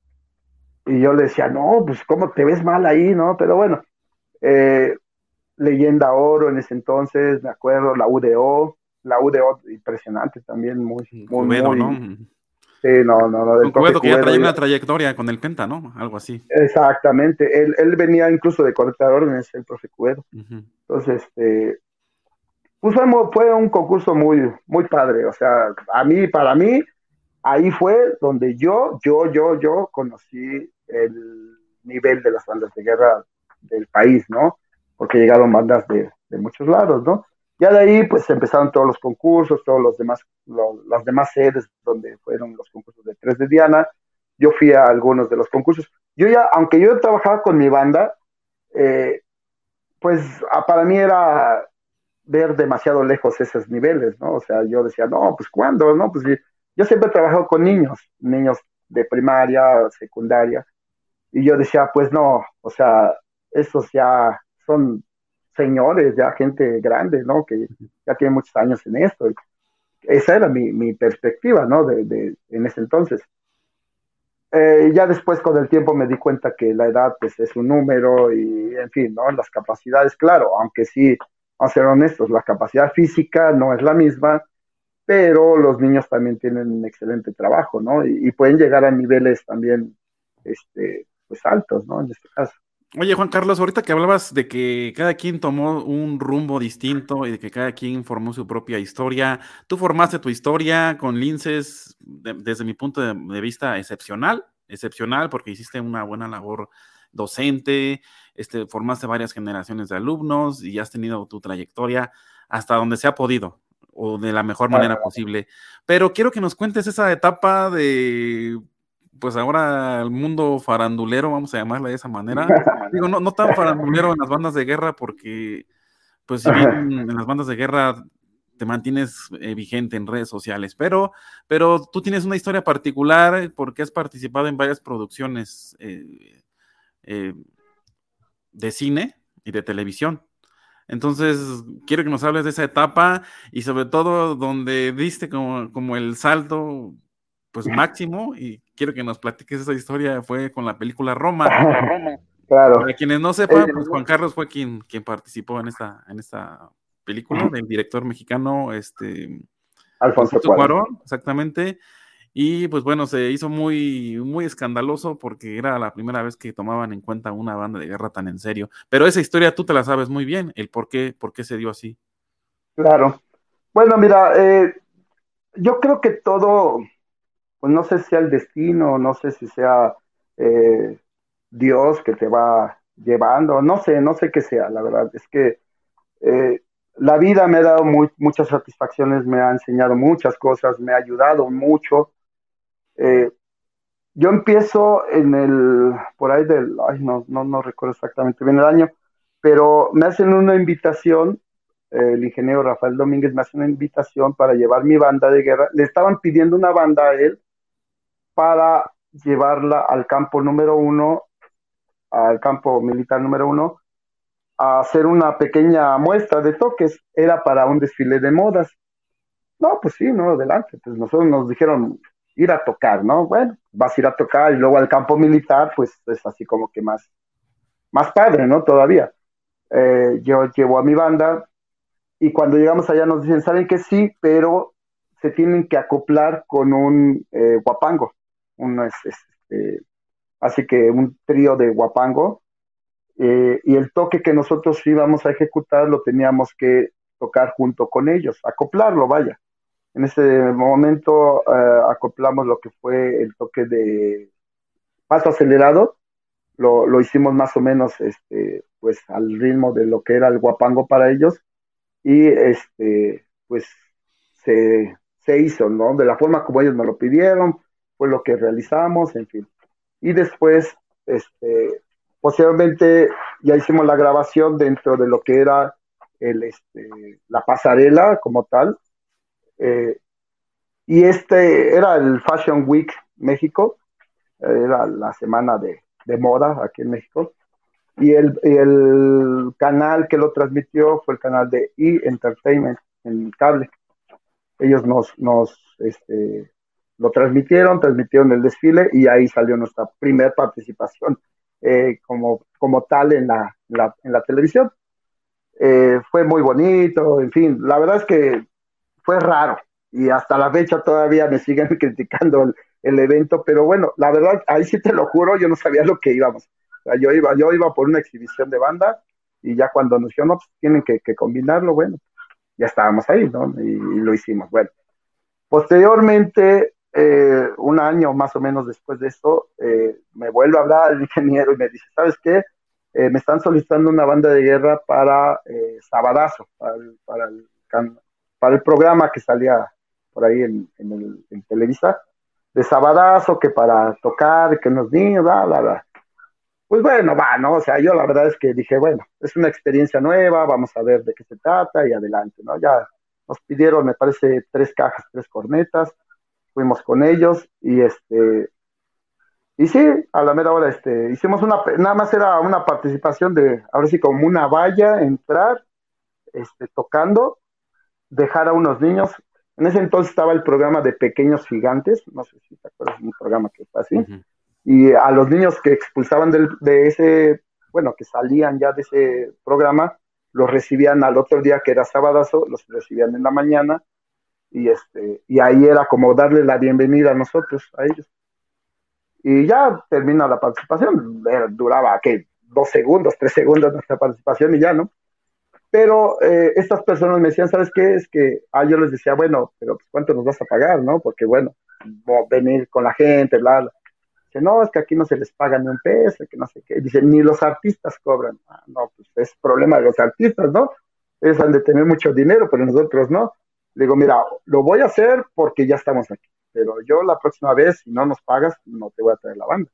Y yo le decía, no, pues cómo te ves mal ahí, ¿no? Pero bueno, eh, Leyenda Oro en ese entonces, me acuerdo, la U D O, la U D O impresionante también, muy, muy,
Cubedo, ¿no?
muy, sí, no, no, no, del
Con
profe
Cubedo, que ya
Cubedo,
traía
ya,
una trayectoria con el Penta, ¿no? Algo así.
exactamente, él, él venía incluso de correcta de órdenes, el profe Cubedo.
Ujú.
Entonces, este, pues fue, fue un concurso muy, muy padre, o sea, a mí, para mí, ahí fue donde yo, yo, yo, yo conocí el nivel de las bandas de guerra del país, ¿no? Porque llegaron bandas de, de muchos lados, ¿no? Ya de ahí, pues empezaron todos los concursos, todos los demás, lo, las demás sedes donde fueron los concursos de tres de Diana. Yo fui a algunos de los concursos. Yo ya, aunque yo trabajaba con mi banda, eh, pues a, para mí era ver demasiado lejos esos niveles, ¿no? O sea, yo decía, no, pues ¿cuándo? No, pues yo siempre he trabajado con niños, niños de primaria, secundaria, y yo decía, pues no, o sea, estos ya son señores, ya gente grande, ¿no? Que ya tiene muchos años en esto. Esa era mi, mi perspectiva, ¿no? De, de, en ese entonces. Eh, ya después con el tiempo me di cuenta que la edad pues es un número y en fin, ¿no? Las capacidades, claro, aunque sí, vamos a ser honestos, la capacidad física no es la misma, pero los niños también tienen un excelente trabajo, ¿no? Y, y pueden llegar a niveles también, este, pues altos, ¿no? En este caso.
Oye, Juan Carlos, ahorita que hablabas de que cada quien tomó un rumbo distinto y de que cada quien formó su propia historia, tú formaste tu historia con linces, de- desde mi punto de, de vista, excepcional, excepcional, porque hiciste una buena labor docente, este, formaste varias generaciones de alumnos y has tenido tu trayectoria hasta donde se ha podido o de la mejor manera
Ah,
posible. Pero quiero que nos cuentes esa etapa de, pues ahora el mundo farandulero, vamos a llamarla de esa manera. Digo, no, no tan farandulero en las bandas de guerra, porque, pues, si bien en las bandas de guerra te mantienes eh, vigente en redes sociales, pero, pero tú tienes una historia particular porque has participado en varias producciones eh, eh, de cine y de televisión. Entonces, quiero que nos hables de esa etapa y sobre todo donde diste como, como el salto, pues máximo, y quiero que nos platiques esa historia, fue con la película Roma.
claro.
Para quienes no
Eh,
sepan, pues Juan Carlos fue quien, quien participó en esta, en esta película del director mexicano, este,
Alfonso
Alfonso
Cuarón.
Cuarón, exactamente. Y pues bueno, se hizo muy, muy escandaloso porque era la primera vez que tomaban en cuenta una banda de guerra tan en serio. Pero esa historia tú te la sabes muy bien, el por qué, por qué se dio así.
Claro. Bueno, mira, eh, yo creo que todo, pues no sé si sea el destino, no sé si sea eh, Dios que te va llevando, no sé, no sé qué sea, la verdad, es que eh, la vida me ha dado muy, muchas satisfacciones, me ha enseñado muchas cosas, me ha ayudado mucho. Eh, yo empiezo en el, por ahí del, ay, no, no, no recuerdo exactamente bien el año, pero me hacen una invitación, eh, el ingeniero Rafael Domínguez me hace una invitación para llevar mi banda de guerra. Le estaban pidiendo una banda a él para llevarla al campo número uno, al campo militar número uno, a hacer una pequeña muestra de toques. Era para un desfile de modas. No, pues sí, no, adelante. Pues nosotros nos dijeron ir a tocar, ¿no? Bueno, vas a ir a tocar y luego al campo militar, pues es así como que más, más padre, ¿no? Todavía. Eh, yo llevo a mi banda y cuando llegamos allá nos dicen, ¿saben que sí? Pero se tienen que acoplar con un eh, guapango. Un, es, es, este, así que un trío de guapango. Eh, y el toque que nosotros íbamos a ejecutar lo teníamos que tocar junto con ellos, acoplarlo, vaya. En ese momento eh, acoplamos lo que fue el toque de paso acelerado, lo, lo hicimos más o menos este, pues al ritmo de lo que era el guapango para ellos y este, pues se, se hizo, ¿no? De la forma como ellos nos lo pidieron, fue lo que realizamos, en fin. Y después, este, posteriormente ya hicimos la grabación dentro de lo que era el, este, la pasarela como tal. Eh, y este era el Fashion Week México, era la semana de, de moda aquí en México. Y el, y el canal que lo transmitió fue el canal de E! Entertainment en cable. Ellos nos, nos este, lo transmitieron, transmitieron el desfile y ahí salió nuestra primera participación eh, como, como tal en la, la, en la televisión. Eh, fue muy bonito, en fin, la verdad es que fue raro y hasta la fecha todavía me siguen criticando el, el evento, pero bueno, la verdad, ahí sí te lo juro, yo no sabía lo que íbamos. O sea, yo iba, yo iba por una exhibición de banda y ya cuando nos dijeron, no, pues tienen que, que combinarlo, bueno, ya estábamos ahí, ¿no? Y, y lo hicimos. Bueno, posteriormente, eh, un año más o menos después de esto, eh, me vuelve a hablar el ingeniero y me dice, ¿sabes qué? Eh, me están solicitando una banda de guerra para eh, Sabadazo, para el, para, el, para el programa que salía por ahí en, en, el, en Televisa, de Sabadazo, que para tocar, que unos niños, bla, bla, bla. Pues bueno, va, ¿no? O sea, yo la verdad es que dije, bueno, es una experiencia nueva, vamos a ver de qué se trata y adelante, ¿no? Ya nos pidieron, me parece, tres cajas, tres cornetas, fuimos con ellos y este, y sí, a la mera hora, este, hicimos una, nada más era una participación de, ahora sí, como una valla, entrar, este, tocando, dejar a unos niños. En ese entonces estaba el programa de Pequeños Gigantes, no sé si te acuerdas, un programa que fue así, uh-huh. Y a los niños que expulsaban del, de ese, bueno, que salían ya de ese programa, los recibían al otro día, que era sabadazo, los recibían en la mañana, y este, y ahí era como darle la bienvenida a nosotros, a ellos. Y ya termina la participación, duraba, ¿qué? Dos segundos, tres segundos nuestra participación y ya, ¿no? Pero eh, estas personas me decían, ¿sabes qué? Es que, ah, yo les decía, bueno, pero pues, ¿cuánto nos vas a pagar, no? Porque, bueno, venir con la gente, bla, bla. Dice, no, es que aquí no se les paga ni un peso, que no sé qué. Dice, ni los artistas cobran. Ah, no, pues es problema de los artistas, ¿no? Ellos han de tener mucho dinero, pero nosotros no. Le digo, mira, lo voy a hacer porque ya estamos aquí. Pero yo la próxima vez, si no nos pagas, no te voy a traer la banda.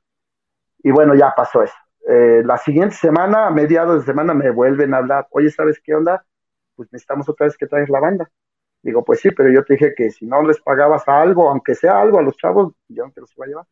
Y bueno, ya pasó eso. Eh, la siguiente semana, a mediados de semana, me vuelven a hablar. Oye, ¿sabes qué onda? Pues necesitamos otra vez que traes la banda. Digo, pues sí, pero yo te dije que si no les pagabas algo, aunque sea algo a los chavos, yo no te los iba a llevar.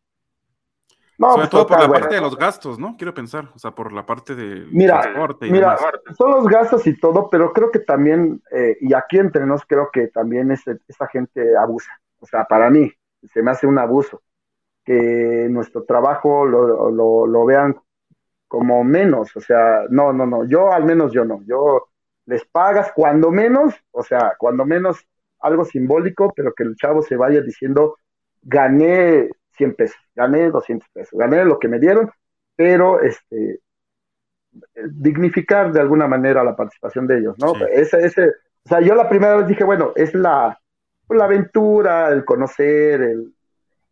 No, Sobre pues, todo total, por la bueno, parte de los gastos, ¿no? Quiero pensar, o sea, por la parte del
mira, transporte y mira, demás. Son los gastos y todo, pero creo que también, eh, y aquí entre nos creo que también ese, esa gente abusa. O sea, para mí, se me hace un abuso. Que nuestro trabajo lo, lo, lo vean como menos, o sea, no, no, no, yo al menos yo no, yo les pagas cuando menos, o sea, cuando menos algo simbólico, pero que el chavo se vaya diciendo, gané cien pesos, gané doscientos pesos, gané lo que me dieron, pero este, dignificar de alguna manera la participación de ellos, ¿no? Sí. Ese, ese, o sea, yo la primera vez dije, bueno, es la, la aventura, el conocer, el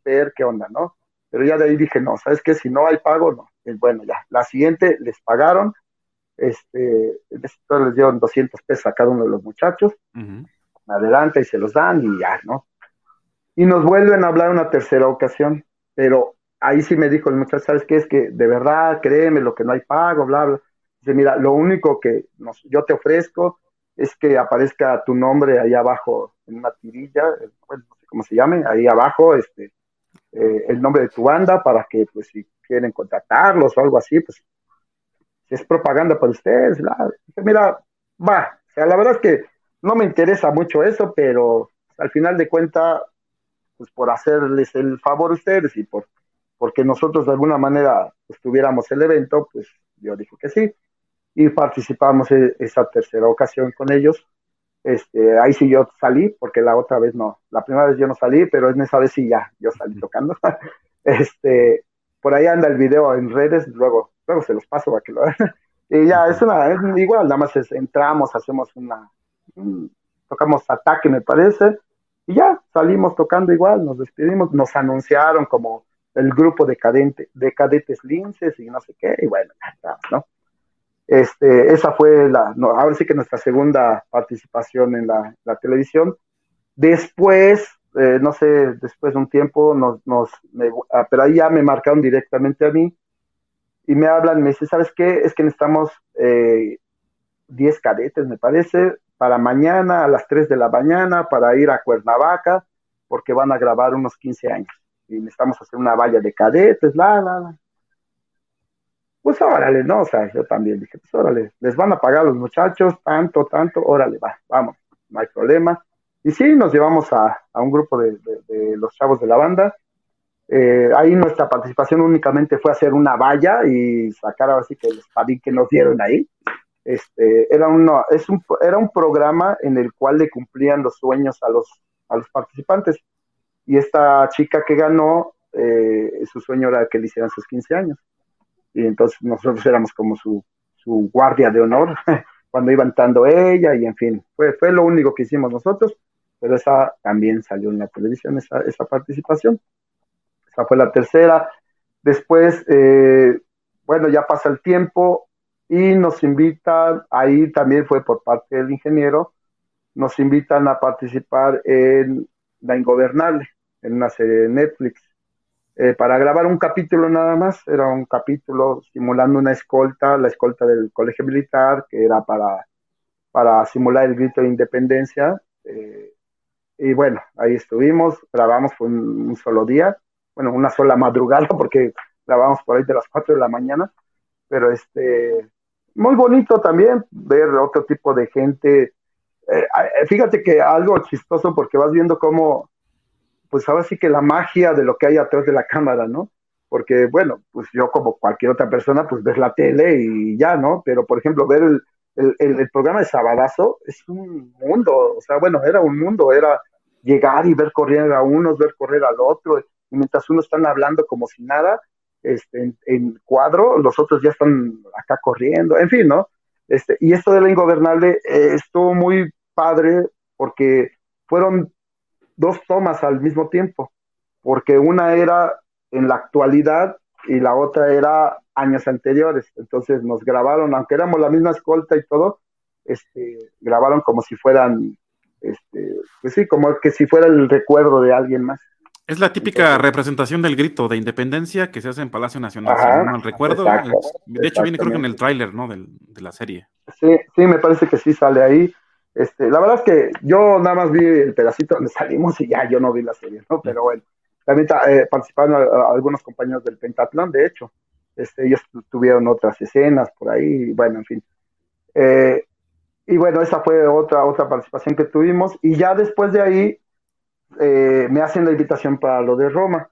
ver qué onda, ¿no? Pero ya de ahí dije, no, ¿sabes qué? Si no hay pago, no. Y bueno, ya, la siguiente les pagaron, este, les les dieron doscientos pesos a cada uno de los muchachos,
Uh-huh.
adelante y se los dan y ya, ¿no? Y nos vuelven a hablar una tercera ocasión, pero ahí sí me dijo el muchacho, ¿sabes qué? Es que de verdad, créeme, lo que no hay pago, bla, bla. Dice, mira, lo único que nos, yo te ofrezco es que aparezca tu nombre ahí abajo en una tirilla, eh, bueno, no sé cómo se llame, ahí abajo, este, eh, el nombre de tu banda para que, pues, si quieren contratarlos o algo así, pues, si es propaganda para ustedes. La, dice, mira, va, o sea, la verdad es que no me interesa mucho eso, pero al final de cuentas, pues por hacerles el favor a ustedes y por porque nosotros de alguna manera pues, tuviéramos el evento, pues yo dije que sí, y participamos en esa tercera ocasión con ellos. Este, ahí sí yo salí, porque la otra vez no, la primera vez yo no salí, pero en esa vez sí ya, yo salí tocando. este, por ahí anda el video en redes, luego, luego se los paso para que lo vean. Y ya, es una, es igual, nada más es, entramos, hacemos una, un, tocamos Ataque, me parece, y ya, salimos tocando igual, nos despedimos, nos anunciaron como el grupo de, cadente, de cadetes linces y no sé qué, y bueno, ya está, ¿no? Este, esa fue la, no, ahora sí que nuestra segunda participación en la, la televisión. Después, eh, no sé, después de un tiempo, nos, nos me, ah, pero ahí ya me marcaron directamente a mí y me hablan, me dicen, ¿sabes qué? Es que necesitamos eh, diez cadetes, me parece, para mañana a las tres de la mañana, para ir a Cuernavaca, porque van a grabar unos quince años. Y necesitamos hacer una valla de cadetes, la, la, la. Pues órale, ¿no? O sea, yo también dije, pues órale, les van a pagar a los muchachos, tanto, tanto, órale, va, vamos, no hay problema. Y sí, nos llevamos a, a un grupo de, de, de los chavos de la banda. Eh, ahí nuestra participación únicamente fue hacer una valla y sacar así que el espadín que nos dieron ahí. Este, era, uno, es un, era un programa en el cual le cumplían los sueños a los, a los participantes. Y esta chica que ganó, eh, su sueño era que le hicieran sus quince años. Y entonces nosotros éramos como su, su guardia de honor cuando iba entrando ella y en fin, fue, fue lo único que hicimos nosotros, pero esa también salió en la televisión, esa, esa participación. Esa fue la tercera. Después, eh, bueno, ya pasa el tiempo y nos invitan, ahí también fue por parte del ingeniero, nos invitan a participar en La Ingobernable, en una serie de Netflix. Eh, para grabar un capítulo nada más, era un capítulo simulando una escolta, la escolta del colegio militar, que era para, para simular el grito de independencia. Eh, y bueno, ahí estuvimos, grabamos fue un, un solo día, bueno, una sola madrugada, porque grabamos por ahí de las cuatro de la mañana, pero este, muy bonito también ver otro tipo de gente. Eh, fíjate que algo chistoso, porque vas viendo cómo pues ahora sí que la magia de lo que hay atrás de la cámara, ¿no? Porque, bueno, pues yo como cualquier otra persona, pues ves la tele y ya, ¿no? Pero, por ejemplo, ver el, el, el, el programa de Sabadazo es un mundo, o sea, bueno, era un mundo, era llegar y ver correr a unos, ver correr al otro, y mientras unos están hablando como si nada, este, en, en cuadro, los otros ya están acá corriendo, en fin, ¿no? Este, y esto de La Ingobernable eh, estuvo muy padre porque fueron dos tomas al mismo tiempo, porque una era en la actualidad y la otra era años anteriores. Entonces nos grabaron, aunque éramos la misma escolta y todo, este, grabaron como si fueran, este, pues sí, como que si fuera el recuerdo de alguien más.
Es la típica Entonces, representación del grito de independencia que se hace en Palacio Nacional,
ajá,
si no mal recuerdo.
Exacto,
de hecho, viene creo que en el tráiler, ¿no? Del, de la serie.
Sí, sí, me parece que sí sale ahí. Este, la verdad es que yo nada más vi el pedacito donde salimos y ya yo no vi la serie, ¿no? Pero bueno, también eh, participaron a, a algunos compañeros del Pentatlón, de hecho. Este, ellos tuvieron otras escenas por ahí, y bueno, en fin. Eh, y bueno, esa fue otra, otra participación que tuvimos. Y ya después de ahí eh, me hacen la invitación para lo de Roma.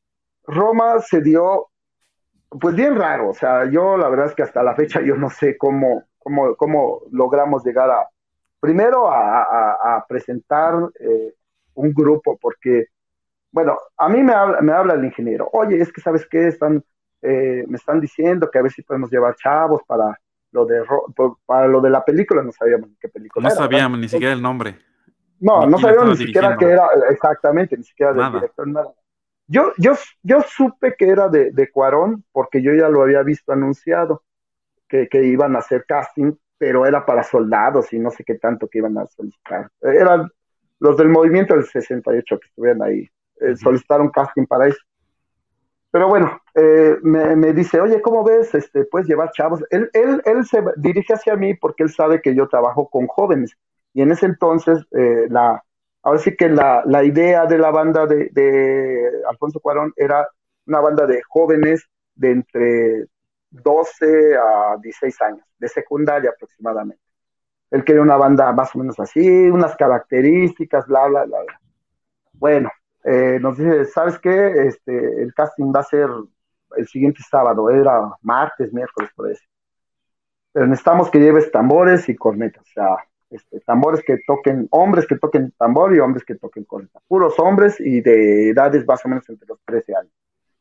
Roma se dio, pues bien raro, o sea, yo la verdad es que hasta la fecha yo no sé cómo, cómo, cómo logramos llegar a, primero a, a, a presentar eh, un grupo, porque, bueno, a mí me habla, me habla el ingeniero, oye, es que sabes qué, están, eh, me están diciendo que a ver si podemos llevar chavos para lo de, para lo de la película, no sabíamos qué película
no
era.
No sabíamos ¿verdad? Ni siquiera el nombre.
No, ni no sabíamos ni siquiera que era, exactamente, ni siquiera nada del director, nada. Yo, yo, yo supe que era de, de Cuarón porque yo ya lo había visto anunciado, que, que iban a hacer casting, pero era para soldados y no sé qué tanto que iban a solicitar. Eran los del movimiento del sesenta y ocho que estuvieron ahí, eh,
Ujú.
solicitaron casting para eso. Pero bueno, eh, me, me, dice, oye, ¿cómo ves? Este, puedes llevar chavos. Él, él, él se dirige hacia mí porque él sabe que yo trabajo con jóvenes. Y en ese entonces, eh, la, ahora sí que la, la idea de la banda de, de Alfonso Cuarón era una banda de jóvenes de entre doce a dieciséis años, de secundaria aproximadamente. Él quería una banda más o menos así, unas características, bla, bla, bla. bla. Bueno, eh, nos dice, ¿sabes qué? Este, el casting va a ser el siguiente sábado, era martes, miércoles, por eso. Pero necesitamos que lleves tambores y cornetas, o sea, este, tambores que toquen, hombres que toquen tambor y hombres que toquen corneta. Puros hombres y de edades más o menos entre los trece años.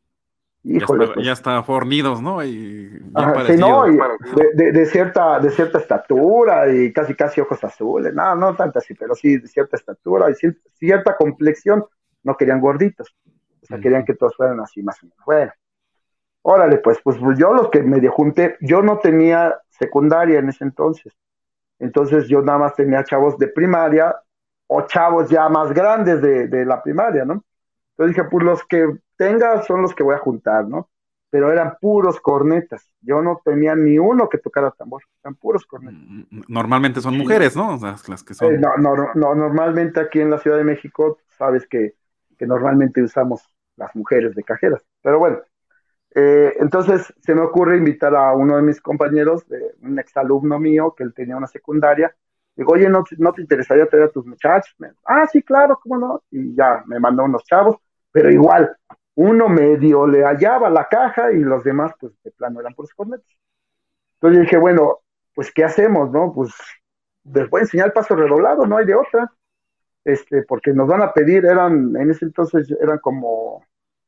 Ya
Híjole,
está,
pues,
ya está fornidos, ¿no? Y bien
ajá, sí, no,
parecidos.
y de, de, de, cierta, de cierta estatura y casi casi ojos azules, no, no tanto así, pero sí de cierta estatura y cierta, cierta complexión, no querían gorditos, o sea, querían
Ujú.
que todos fueran así más o menos. Bueno, órale, pues, pues, pues yo los que medio junté, yo no tenía secundaria en ese entonces, entonces yo nada más tenía chavos de primaria o chavos ya más grandes de, de la primaria, ¿no? Entonces dije, pues los que tenga son los que voy a juntar, ¿no? Pero eran puros cornetas. Yo no tenía ni uno que tocara tambor, eran puros cornetas.
Mm, Normalmente son
Y,
mujeres, ¿no? O sea, las que
eh,
son.
no, no, no, normalmente aquí en la Ciudad de México, sabes que, que normalmente usamos las mujeres de cajeras. Pero bueno, eh, entonces se me ocurre invitar a uno de mis compañeros, de, un exalumno mío, que él tenía una secundaria. Digo, oye, ¿no, ¿no te interesaría traer a tus muchachos? Me, ah, sí, claro, cómo no. Y ya me mandó unos chavos, pero igual, uno medio le hallaba la caja y los demás, pues de plano eran puros cornetas. Entonces yo dije, bueno, pues ¿qué hacemos, no? Pues les voy a enseñar el paso redoblado, no hay de otra. Este, porque nos van a pedir, eran, en ese entonces eran como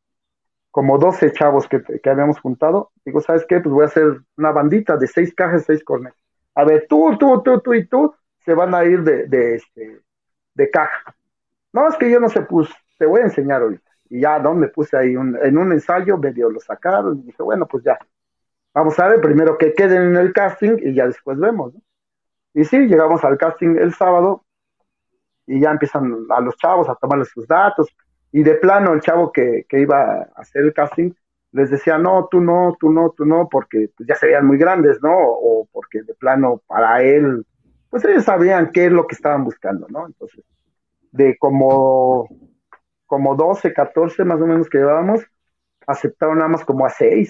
como doce chavos que, que habíamos juntado. Digo, ¿sabes qué? Pues voy a hacer una bandita de seis cajas, seis cornetas. A ver, tú, tú, tú, tú y tú se van a ir de, de, este, de caja. No, es que yo no sé, pues te voy a enseñar ahorita. Y ya, ¿no? Me puse ahí un, en un ensayo, medio lo sacaron y dije, bueno, pues ya, vamos a ver primero que queden en el casting y ya después vemos, ¿no? Y sí, llegamos al casting el sábado y ya empiezan a los chavos a tomarles sus datos. Y de plano, el chavo que, que iba a hacer el casting les decía, no, tú no, tú no, tú no, porque pues, ya se veían muy grandes, ¿no? O porque de plano para él, pues ellos sabían qué es lo que estaban buscando, ¿no? Entonces, de como, como doce catorce más o menos que llevábamos, aceptaron nada más como a seis.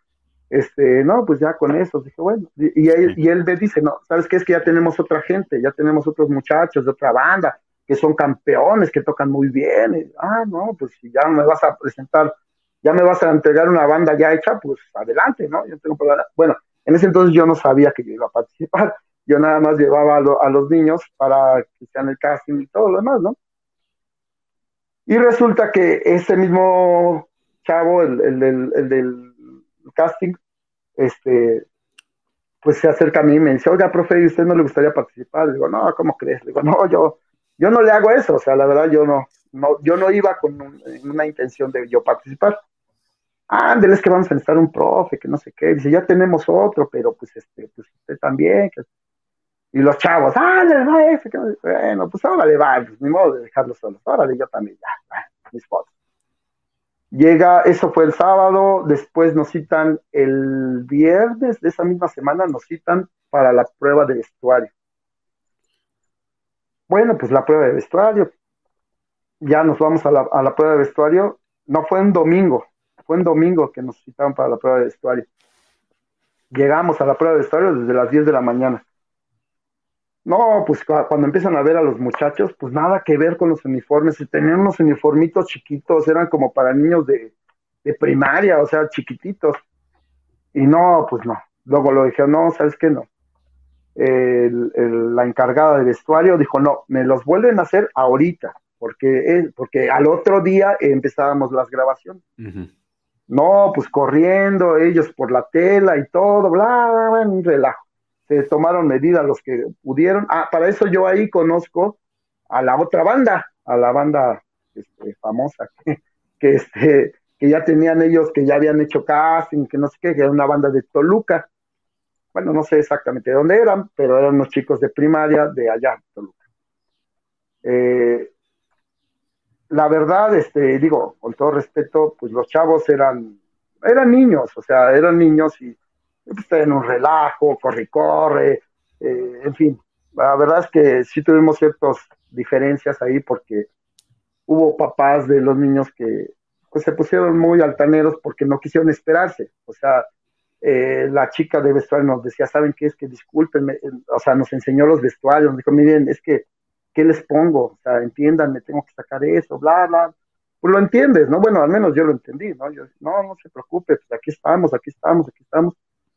Este, no, pues ya con eso, dije, bueno, y, y, él,
Sí.
y él me dice, no, ¿sabes qué? Es que ya tenemos otra gente, ya tenemos otros muchachos de otra banda, que son campeones, que tocan muy bien, y, ah, no, pues si ya me vas a presentar, ya me vas a entregar una banda ya hecha, pues adelante, ¿no? Yo tengo problema. Bueno, en ese entonces yo no sabía que yo iba a participar, yo nada más llevaba a, lo, a los niños para que sean el casting y todo lo demás, ¿no? Y resulta que ese mismo chavo, el, el, el, el del casting, este, pues se acerca a mí y me dice, oiga, profe, ¿y usted no le gustaría participar? Le digo, no, ¿cómo crees? Le digo, no, yo, yo no le hago eso, o sea, la verdad yo no, no yo no iba con un, una intención de yo participar. Ah, ándale, es que vamos a necesitar un profe, que no sé qué. Dice, ya tenemos otro, pero pues este, pues usted también. Que... Y los chavos, ah, le va ese, que... bueno, pues órale, va, pues ni modo de dejarlo solos, órale, yo también, ya, va, mis fotos. Llega, eso fue el sábado, después nos citan el viernes de esa misma semana, nos citan para la prueba de vestuario. Bueno, pues la prueba de vestuario, ya nos vamos a la, a la prueba de vestuario, no fue un domingo, fue un domingo que nos citaron para la prueba de vestuario. Llegamos a la prueba de vestuario desde las diez de la mañana. No, pues cuando empiezan a ver a los muchachos, pues nada que ver con los uniformes, tenían unos uniformitos chiquitos, eran como para niños de, de primaria, o sea, chiquititos. Y no, pues no. Luego lo dije, no, ¿sabes qué? No. El, el, la encargada de vestuario dijo, no, me los vuelven a hacer ahorita, porque, es, porque al otro día empezábamos las grabaciones. Uh-huh. No, pues corriendo, ellos por la tela y todo, bla, bla, bla, un relajo. Se tomaron medidas los que pudieron. Ah, para eso yo ahí conozco a la otra banda, a la banda este, famosa que, que, este, que ya tenían ellos, que ya habían hecho casting, que no sé qué, que era una banda de Toluca. Bueno, no sé exactamente de dónde eran, pero eran unos chicos de primaria de allá, Toluca. Eh, la verdad, este, digo, con todo respeto, pues los chavos eran, eran niños, o sea, eran niños y pues, en un relajo, corre y corre, eh, en fin. La verdad es que sí tuvimos ciertas diferencias ahí porque hubo papás de los niños que pues, se pusieron muy altaneros porque no quisieron esperarse. O sea, eh, la chica de vestuario nos decía, ¿saben qué? Es que discúlpenme, eh, o sea, nos enseñó los vestuarios, nos dijo, miren, es que, ¿qué les pongo? O sea, entiéndanme, tengo que sacar eso, bla, bla. Pues lo entiendes, ¿no? Bueno, al menos yo lo entendí, ¿no? Yo, no, no se preocupe, pues aquí estamos, aquí estamos, aquí estamos.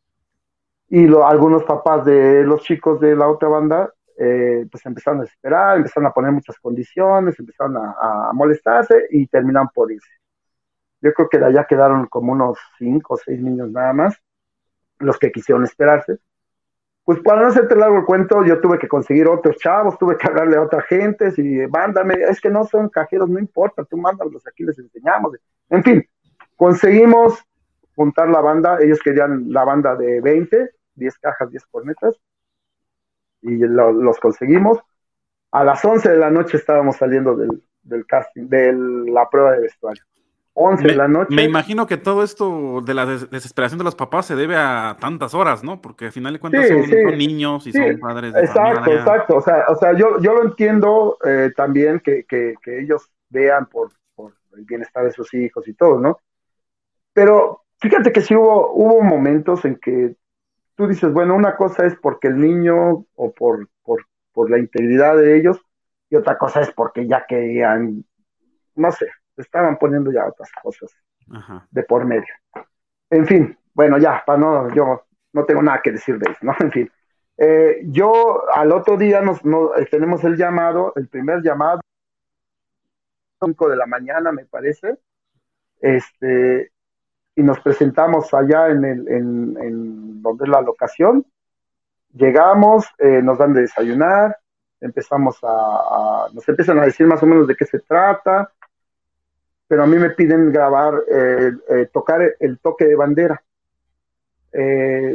Y lo, algunos papás de los chicos de la otra banda, eh, pues empezaron a desesperar, empezaron a poner muchas condiciones, empezaron a, a molestarse y terminaron por irse. Yo creo que de allá quedaron como unos cinco o seis niños nada más, los que quisieron esperarse. Pues para no hacerte largo el cuento, yo tuve que conseguir otros chavos, tuve que hablarle a otra gente, y mándame, es que no son cajeros, no importa, tú mándalos, aquí les enseñamos. En fin, conseguimos juntar la banda, ellos querían la banda de veinte, diez cajas, diez cornetas, y lo, los conseguimos. A las once de la noche estábamos saliendo del, del casting, de la prueba de vestuario. once de
Me,
la
me
noche.
imagino que todo esto de la des- desesperación de los papás se debe a tantas horas, ¿no? Porque al final de cuentas
Sí, sí,
son, son niños y
sí,
son padres de
exacto,
familia.
exacto. O sea, o sea yo, yo lo entiendo eh, también que, que, que ellos vean por, por el bienestar de sus hijos y todo, ¿no? Pero fíjate que sí hubo, hubo momentos en que tú dices, bueno, una cosa es porque el niño o por, por, por la integridad de ellos, y otra cosa es porque ya querían, no sé, estaban poniendo ya otras cosas
Ajá.
de por medio. En fin, bueno, ya, para no, yo no tengo nada que decir de eso, ¿no? En fin. Eh, yo al otro día nos, no, eh, tenemos el llamado, el primer llamado, cinco de la mañana me parece, este, y nos presentamos allá en, el, en, en donde es la locación. Llegamos, eh, nos dan de desayunar, empezamos a, a, nos empiezan a decir más o menos de qué se trata, pero a mí me piden grabar, eh, eh, tocar el toque de bandera. Eh,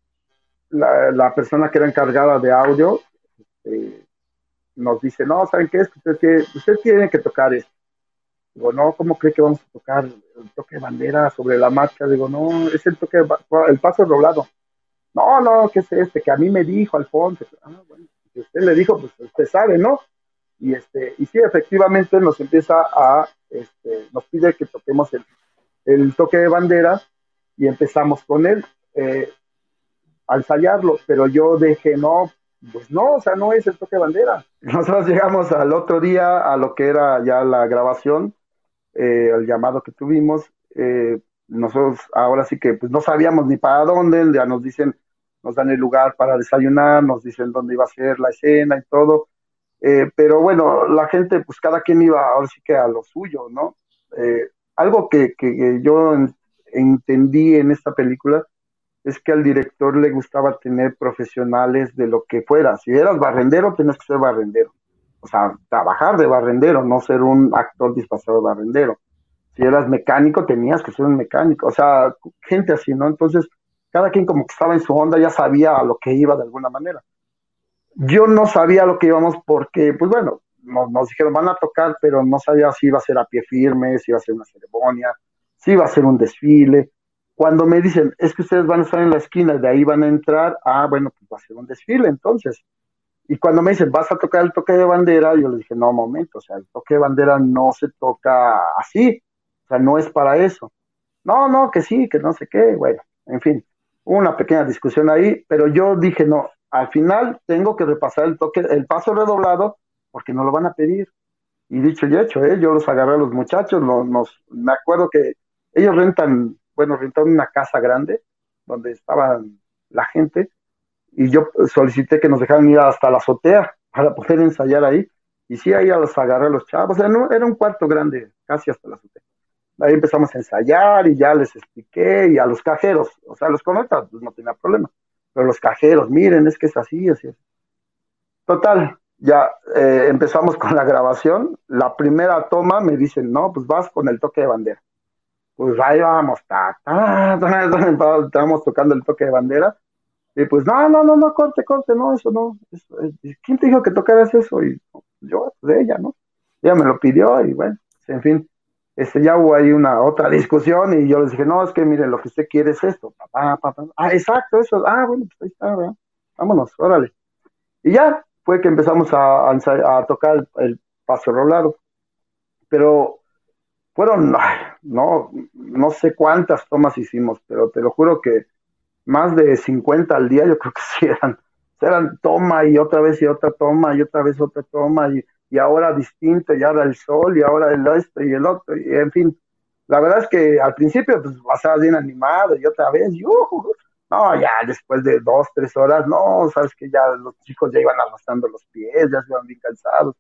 la, la, persona que era encargada de audio eh, nos dice, no, ¿saben qué es? Usted tiene, usted tiene que tocar esto. Digo, no, ¿cómo cree que vamos a tocar el toque de bandera sobre la marcha? Digo, no, es el toque, de, el paso doblado. No, no, ¿qué es este? Que a mí me dijo Alfonso. Ah, bueno, si usted le dijo, pues usted sabe, ¿no? Y, este, y sí, efectivamente nos empieza a, este, nos pide que toquemos el, el toque de bandera y empezamos con él. Eh, a ensayarlo, pero yo dije, no, pues no, o sea, no es el toque de bandera. Nosotros llegamos al otro día a lo que era ya la grabación, eh, el llamado que tuvimos, eh, nosotros ahora sí que pues no sabíamos ni para dónde, ya nos dicen, nos dan el lugar para desayunar, nos dicen dónde iba a ser la escena y todo, eh, pero bueno, la gente, pues cada quien iba ahora sí que a lo suyo, ¿no? Eh, algo que, que yo en, entendí en esta película es que al director le gustaba tener profesionales de lo que fuera. Si eras barrendero, tenías que ser barrendero. O sea, trabajar de barrendero, no ser un actor disfrazado de barrendero. Si eras mecánico, tenías que ser un mecánico. O sea, gente así, ¿no? Entonces, cada quien como que estaba en su onda, ya sabía a lo que iba de alguna manera. Yo no sabía a lo que íbamos porque, pues bueno, nos, nos dijeron, van a tocar, pero no sabía si iba a ser a pie firme, si iba a ser una ceremonia, si iba a ser un desfile. Cuando me dicen, es que ustedes van a estar en la esquina, de ahí van a entrar, ah, bueno, pues va a ser un desfile entonces. Y cuando me dicen, vas a tocar el toque de bandera, yo les dije, no, momento, o sea, el toque de bandera no se toca así, o sea, no es para eso. No, no, que sí, que no sé qué, bueno, en fin, hubo una pequeña discusión ahí, pero yo dije, no, al final tengo que repasar el toque, el paso redoblado, porque no lo van a pedir. Y dicho y hecho, ¿eh? Yo los agarré a los muchachos, los, nos, me acuerdo que ellos rentan, bueno, rentaron una casa grande donde estaba la gente y yo solicité que nos dejaran ir hasta la azotea para poder ensayar ahí. Y sí, ahí a los agarré a los chavos, o sea, no, era un cuarto grande, casi hasta la azotea. Ahí empezamos a ensayar y ya les expliqué y a los cajeros, o sea, los conectas, pues no tenía problema. Pero los cajeros, miren, es que es así, así es. Total, Ya eh, empezamos con la grabación. La primera toma me dicen, no, pues vas con el toque de bandera. Pues ahí vamos, ta, ta, ta, ta, estábamos tocando el toque de bandera. Y pues, no, no, no, no, corte, corte, no, eso no. Eso, eh, ¿quién te dijo que tocaras eso? Y yo, pues ella, ¿no? Ella me lo pidió y bueno, pues, en fin, este, ya hubo ahí una otra discusión y yo les dije, no, es que mire, lo que usted quiere es esto. Pa, pa, pa. Ah, exacto, eso. Ah, bueno, pues ahí está, ¿verdad? Vámonos, órale. Y ya fue que empezamos a, a, a tocar el, el paso rolado. Pero fueron, ay, no, no sé cuántas tomas hicimos, pero te lo juro que más de cincuenta al día, yo creo que sí eran, eran toma y otra vez y otra toma y otra vez otra toma y, y ahora distinto y ahora el sol y ahora el este y el otro, y en fin, la verdad es que al principio pues pasabas bien animado y otra vez, y, uh, no, ya después de dos, tres horas, no, sabes que ya los chicos ya iban arrastrando los pies, ya se iban bien cansados.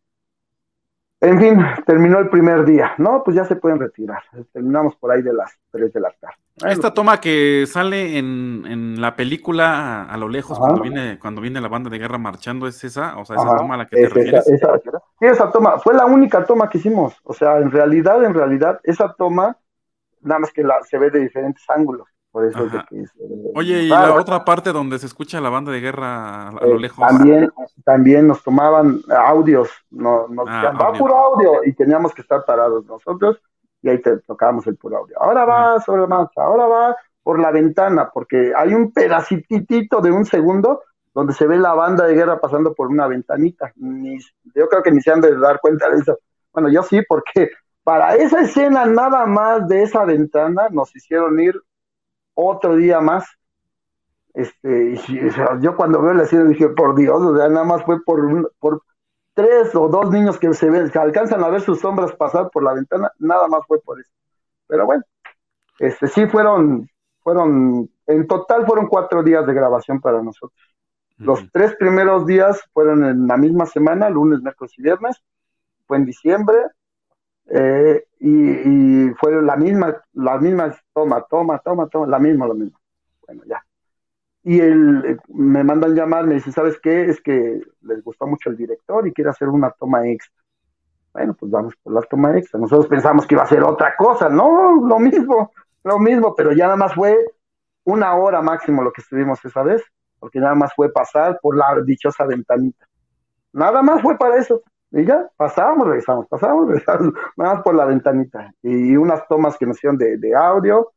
En fin, terminó el primer día. No, pues ya se pueden retirar. Terminamos por ahí de las tres de la tarde. Bueno,
Esta
pues,
toma que sale en, en la película a, a lo lejos
ajá,
cuando viene, cuando viene la banda de guerra marchando, ¿es esa? O sea, esa
ajá,
toma a la que te
es esa,
refieres.
esa, sí, esa toma, fue la única toma que hicimos. O sea, en realidad, en realidad, esa toma, nada más que la, se ve de diferentes ángulos. Por eso es de
Ajá.
que es eh,
Oye, y la
raro.
otra parte donde se escucha la banda de guerra a, a lo
Eh,
lejos.
también, también nos tomaban audios, no, nos
Ah,
decían, va
audio.
puro audio, y teníamos que estar parados nosotros, y ahí te tocábamos el puro audio. Ahora
Ah,
va sobre la marcha, ahora va por la ventana, porque hay un pedacitito de un segundo donde se ve la banda de guerra pasando por una ventanita. Ni, yo creo que ni se han de dar cuenta de eso. Bueno, yo sí, porque para esa escena nada más de esa ventana nos hicieron ir otro día más. Este, y, o sea, yo cuando veo la escena dije, por Dios, o sea, nada más fue por, un, por tres o dos niños que se ven, que alcanzan a ver sus sombras pasar por la ventana, nada más fue por eso. Pero bueno, este sí fueron, fueron, en total fueron cuatro días de grabación para nosotros. Los
ujú.
tres primeros días fueron en la misma semana, lunes, miércoles y viernes, fue en diciembre, eh, y, y fue la misma, la misma toma, toma, toma, toma, la misma, la misma. Bueno, ya. Y él, me mandan llamar, me dice, ¿sabes qué? Es que les gustó mucho el director y quiere hacer una toma extra. Bueno, pues vamos por la toma extra. Nosotros pensamos que iba a ser otra cosa, no, lo mismo, lo mismo, pero ya nada más fue una hora máximo lo que estuvimos esa vez, porque nada más fue pasar por la dichosa ventanita. Nada más fue para eso. Y ya, pasábamos, regresamos, pasábamos, regresamos, nada más por la ventanita. Y unas tomas que nos hicieron de, de audio,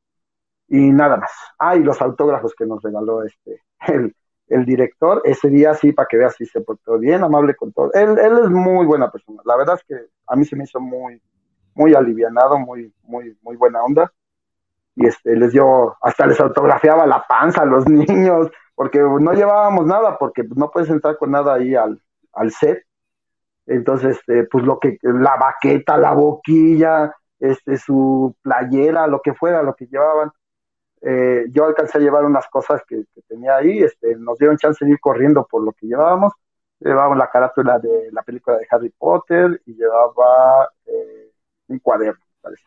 y nada más. Ah, y los autógrafos que nos regaló este el, el director, ese día sí, para que veas, sí se portó bien, amable con todo. Él, él es muy buena persona. La verdad es que a mí se me hizo muy, muy alivianado, muy, muy, muy buena onda. Y este, les dio, hasta les autografiaba la panza a los niños, porque no llevábamos nada, porque no puedes entrar con nada ahí al, al set. Entonces, este, pues lo que, la baqueta, la boquilla, este, su playera, lo que fuera, lo que llevaban, eh, yo alcancé a llevar unas cosas que, que tenía ahí, este, nos dieron chance de ir corriendo por lo que llevábamos. Llevábamos la carátula de la película de Harry Potter y llevaba eh, un cuaderno, parece.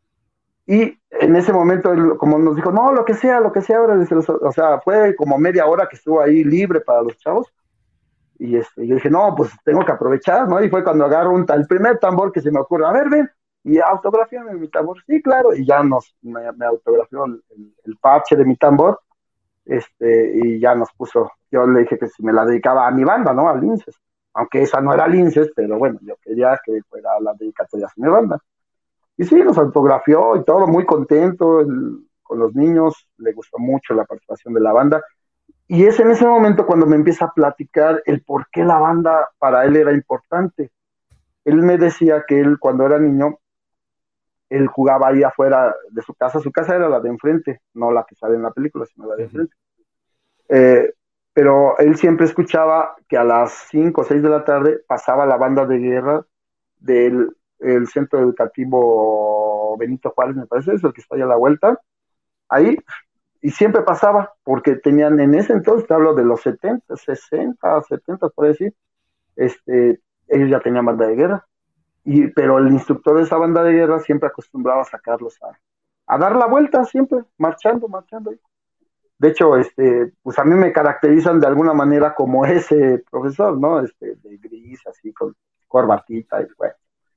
Y en ese momento, él, como nos dijo, no, lo que sea, lo que sea, ahora, o sea, fue como media hora que estuvo ahí libre para los chavos. Y este, yo dije, no, pues tengo que aprovechar, ¿no? Y fue cuando agarro un, el primer tambor que se me ocurre, a ver, ven, y autografíame mi tambor. Sí, claro, y ya nos, me, me autografió el, el, el parche de mi tambor, este, y ya nos puso, yo le dije que si me la dedicaba a mi banda, ¿no? A Linces, aunque esa no era Linces, pero bueno, yo quería que fuera la dedicatoria a mi banda. Y sí, nos autografió y todo, muy contento el, con los niños, le gustó mucho la participación de la banda. Y es en ese momento cuando me empieza a platicar el por qué la banda para él era importante. Él me decía que él cuando era niño, él jugaba ahí afuera de su casa. Su casa era la de enfrente, no la que sale en la película, sino la de
Ujú.
enfrente. Eh, pero él siempre escuchaba que a las cinco o seis de la tarde pasaba la banda de guerra del el centro educativo Benito Juárez, me parece, es el que está ahí a la vuelta. Ahí, y siempre pasaba, porque tenían en ese entonces, te hablo de los setenta, sesenta, setenta, por decir, este, ellos ya tenían banda de guerra, y, pero el instructor de esa banda de guerra siempre acostumbraba a sacarlos a, a dar la vuelta, siempre, marchando, marchando. de hecho, este, pues a mí me caracterizan de alguna manera como ese profesor, ¿no? Este, de gris, así, con corbatita, y bueno.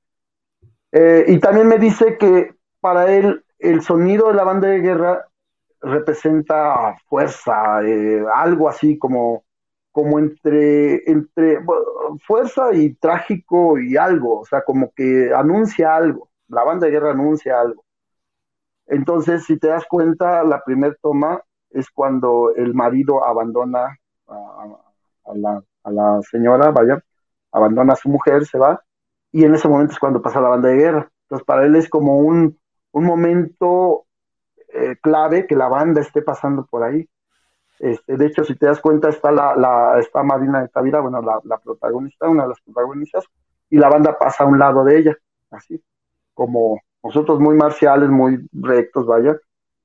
Eh, y también me dice que para él el sonido de la banda de guerra representa fuerza, eh, algo así como, como entre, entre bueno, fuerza y trágico y algo, o sea, como que anuncia algo, la banda de guerra anuncia algo. Entonces, si te das cuenta, la primera toma es cuando el marido abandona a, a- a la, a la señora, vaya, abandona a su mujer, se va, y en ese momento es cuando pasa la banda de guerra. Entonces, para él es como un, un momento eh, clave que la banda esté pasando por ahí. Este, de hecho, si te das cuenta, está la, la está Marina de Tavira, bueno, la, la protagonista, una de las protagonistas, y la banda pasa a un lado de ella, así, como nosotros muy marciales, muy rectos, vaya,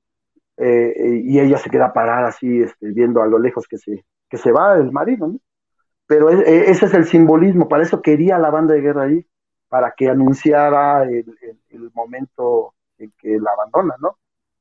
eh, y ella se queda parada así, este, viendo a lo lejos que se, que se va el marido, ¿no? Pero es- e- ese es el simbolismo, para eso quería la banda de guerra ahí, para que anunciara el, el- el momento en que la abandona, ¿no?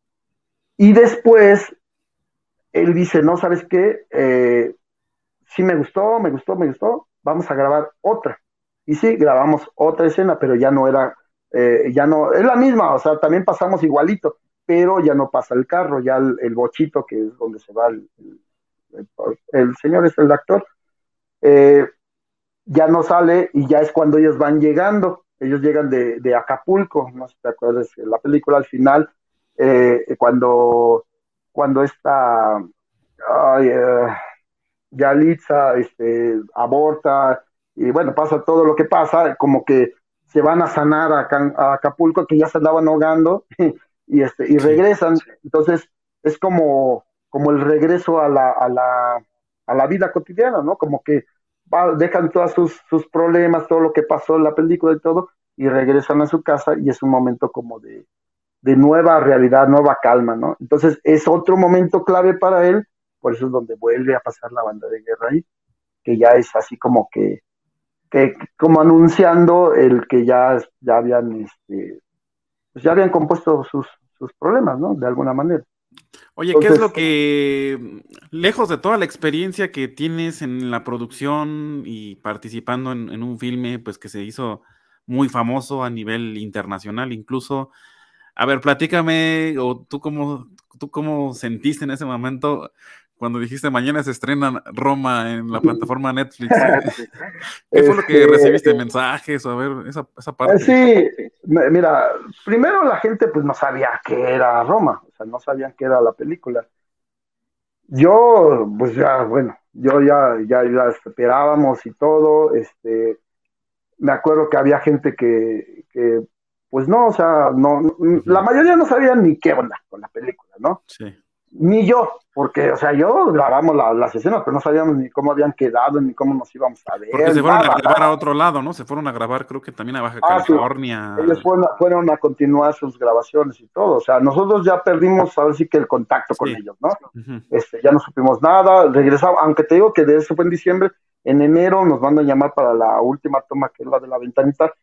Y después él dice, no, ¿sabes qué? Eh, sí me gustó, me gustó, me gustó, vamos a grabar otra. Y sí, grabamos otra escena, pero ya no era, eh, ya no, es la misma, o sea, también pasamos igualito, pero ya no pasa el carro, ya el, el bochito, que es donde se va el, el, el señor, es el actor, eh, ya no sale y ya es cuando ellos van llegando. Ellos llegan de, de Acapulco, no sé si te acuerdas, la película al final, eh, cuando, cuando esta, ay, eh, Yalitza este, aborta, y bueno, pasa todo lo que pasa, como que se van a sanar a, Can- a Acapulco, que ya se andaban ahogando, y, este, y
Sí.
regresan. Entonces, es como, como el regreso a la, a la, a la vida cotidiana, ¿no? Como que va- dejan todos sus, sus problemas, todo lo que pasó en la película y todo, y regresan a su casa, y es un momento como de, de nueva realidad, nueva calma, ¿no? Entonces, es otro momento clave para él, por eso es donde vuelve a pasar la banda de guerra ahí, que ya es así como que, que como anunciando el que ya, ya habían, este, pues ya habían compuesto sus, sus problemas, ¿no? De alguna manera.
Oye, ¿qué es
Entonces,
lo que, lejos de toda la experiencia que tienes en la producción y participando en, en un filme, pues que se hizo muy famoso a nivel internacional, incluso, a ver, platícame, o tú cómo, tú cómo sentiste en ese momento cuando dijiste mañana se estrena Roma en la plataforma Netflix. ¿Qué fue lo que
este,
recibiste? ¿Mensajes? O a ver, esa, esa
eh,
parte.
sí, me- mira, primero la gente pues no sabía que era Roma, o sea, no sabían que era la película. Yo, pues ya, bueno, yo ya, ya, ya esperábamos y todo, este, me acuerdo que había gente que, que, pues no, o sea, no, no- la
Ujú.
mayoría no sabían ni qué onda con la película, ¿no?
Sí.
Ni yo, porque, o sea, yo grabamos la- las escenas, pero no sabíamos ni cómo habían quedado, ni cómo nos íbamos a
Porque
ver,
se fueron a
nada,
grabar a
nada.
otro lado, ¿no? Se fueron a grabar, creo que también a Baja
Ah, sí, ellos
California.
fueron, a- fueron a continuar sus grabaciones y todo, o sea, nosotros ya perdimos, ahora sí que el contacto con
Sí.
ellos, ¿no?
Ujú.
Este, ya no supimos nada, regresaba, aunque te digo que de eso fue en diciembre, en enero nos van a llamar para la última toma, que es la de la ventanita,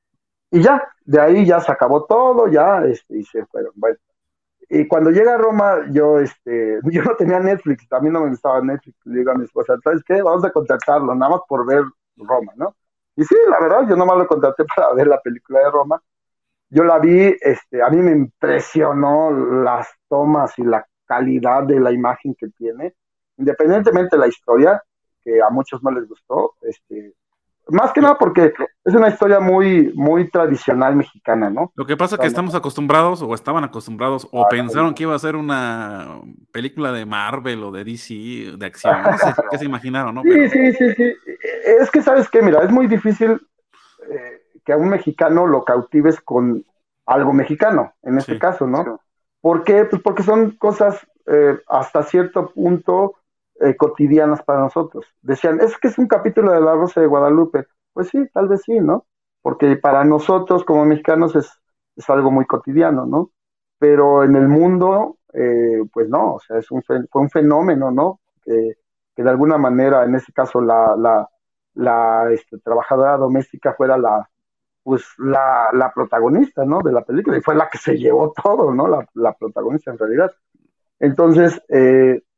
y ya, de ahí ya se acabó todo, ya, este, y se fueron. Bueno, y cuando llega a Roma, yo, este, yo no tenía Netflix, también no me gustaba Netflix, le digo a mi esposa, ¿sabes qué? Vamos a contratarlo, nada más por ver Roma, ¿no? Y sí, la verdad, yo nomás lo contraté para ver la película de Roma. Yo la vi, este, a mí me impresionó las tomas y la calidad de la imagen que tiene, independientemente de la historia, que a muchos no les gustó, este, más que
Lo,
nada porque es una historia muy, muy tradicional mexicana, ¿no?
lo que pasa
O
es que
sea, no-
estamos acostumbrados, o estaban acostumbrados, o pensaron que iba a ser una película de Marvel o de D C, de acción. No sé qué se imaginaron, ¿no?
sí,
Pero
sí, sí, sí. Es que, ¿sabes qué? Mira, es muy difícil eh, que a un mexicano lo cautives con algo mexicano, en este
sí.
caso, ¿no? ¿Por qué? Pues porque son cosas eh, hasta cierto punto eh, cotidianas para nosotros. Decían, es que es un capítulo de La Rosa de Guadalupe. Pues sí, tal vez sí, ¿no? Porque para nosotros como mexicanos es, es algo muy cotidiano, ¿no? Pero en el mundo, eh, pues no, o sea, es un, fe- fue un fenómeno, ¿no? Que, que de alguna manera, en este caso, la, la, la este, trabajadora doméstica fuera la, pues la, la protagonista, ¿no? De la película y fue la que se llevó todo, ¿no? La, la protagonista en realidad. Entonces, eh,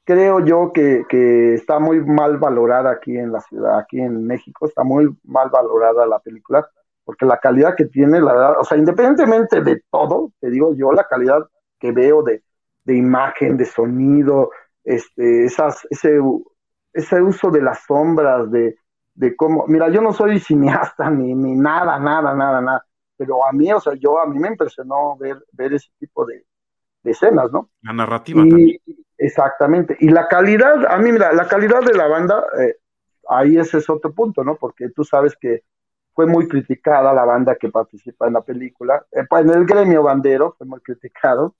creo yo que, que está muy mal valorada aquí en la ciudad, aquí en México, está muy mal valorada la película, porque la calidad que tiene, la verdad, o sea, independientemente de todo, te digo yo, la calidad que veo de, de imagen, de sonido, este, esas, ese, ese uso de las sombras, de, de cómo, mira, yo no soy cineasta ni, ni nada, nada, nada, nada, pero a mí, o sea, yo, a mí me impresionó ver, ver ese tipo de, de escenas, ¿no?
La narrativa también.
Y exactamente, y la calidad, a mí, mira, la calidad de la banda, eh, ahí ese es otro punto, ¿no? Porque tú sabes que fue muy criticada la banda que participa en la película, eh, pues en el gremio bandero fue muy criticado,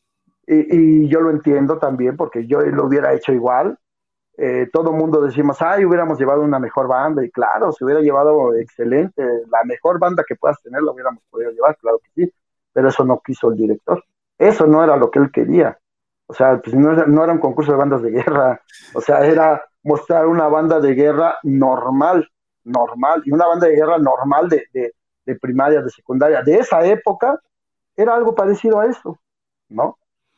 y, y yo lo entiendo también, porque yo lo hubiera hecho igual. Eh, todo el mundo decimos, ay, hubiéramos llevado una mejor banda, y claro, se hubiera llevado excelente, la mejor banda que puedas tener la hubiéramos podido llevar, claro que sí, pero eso no quiso el director, eso no era lo que él quería, o sea, pues no era, no era un concurso de bandas de guerra, o sea, era mostrar una banda de guerra normal, normal, y una banda de guerra normal de, de, de primaria, de secundaria, de esa época, era algo parecido a eso, ¿no?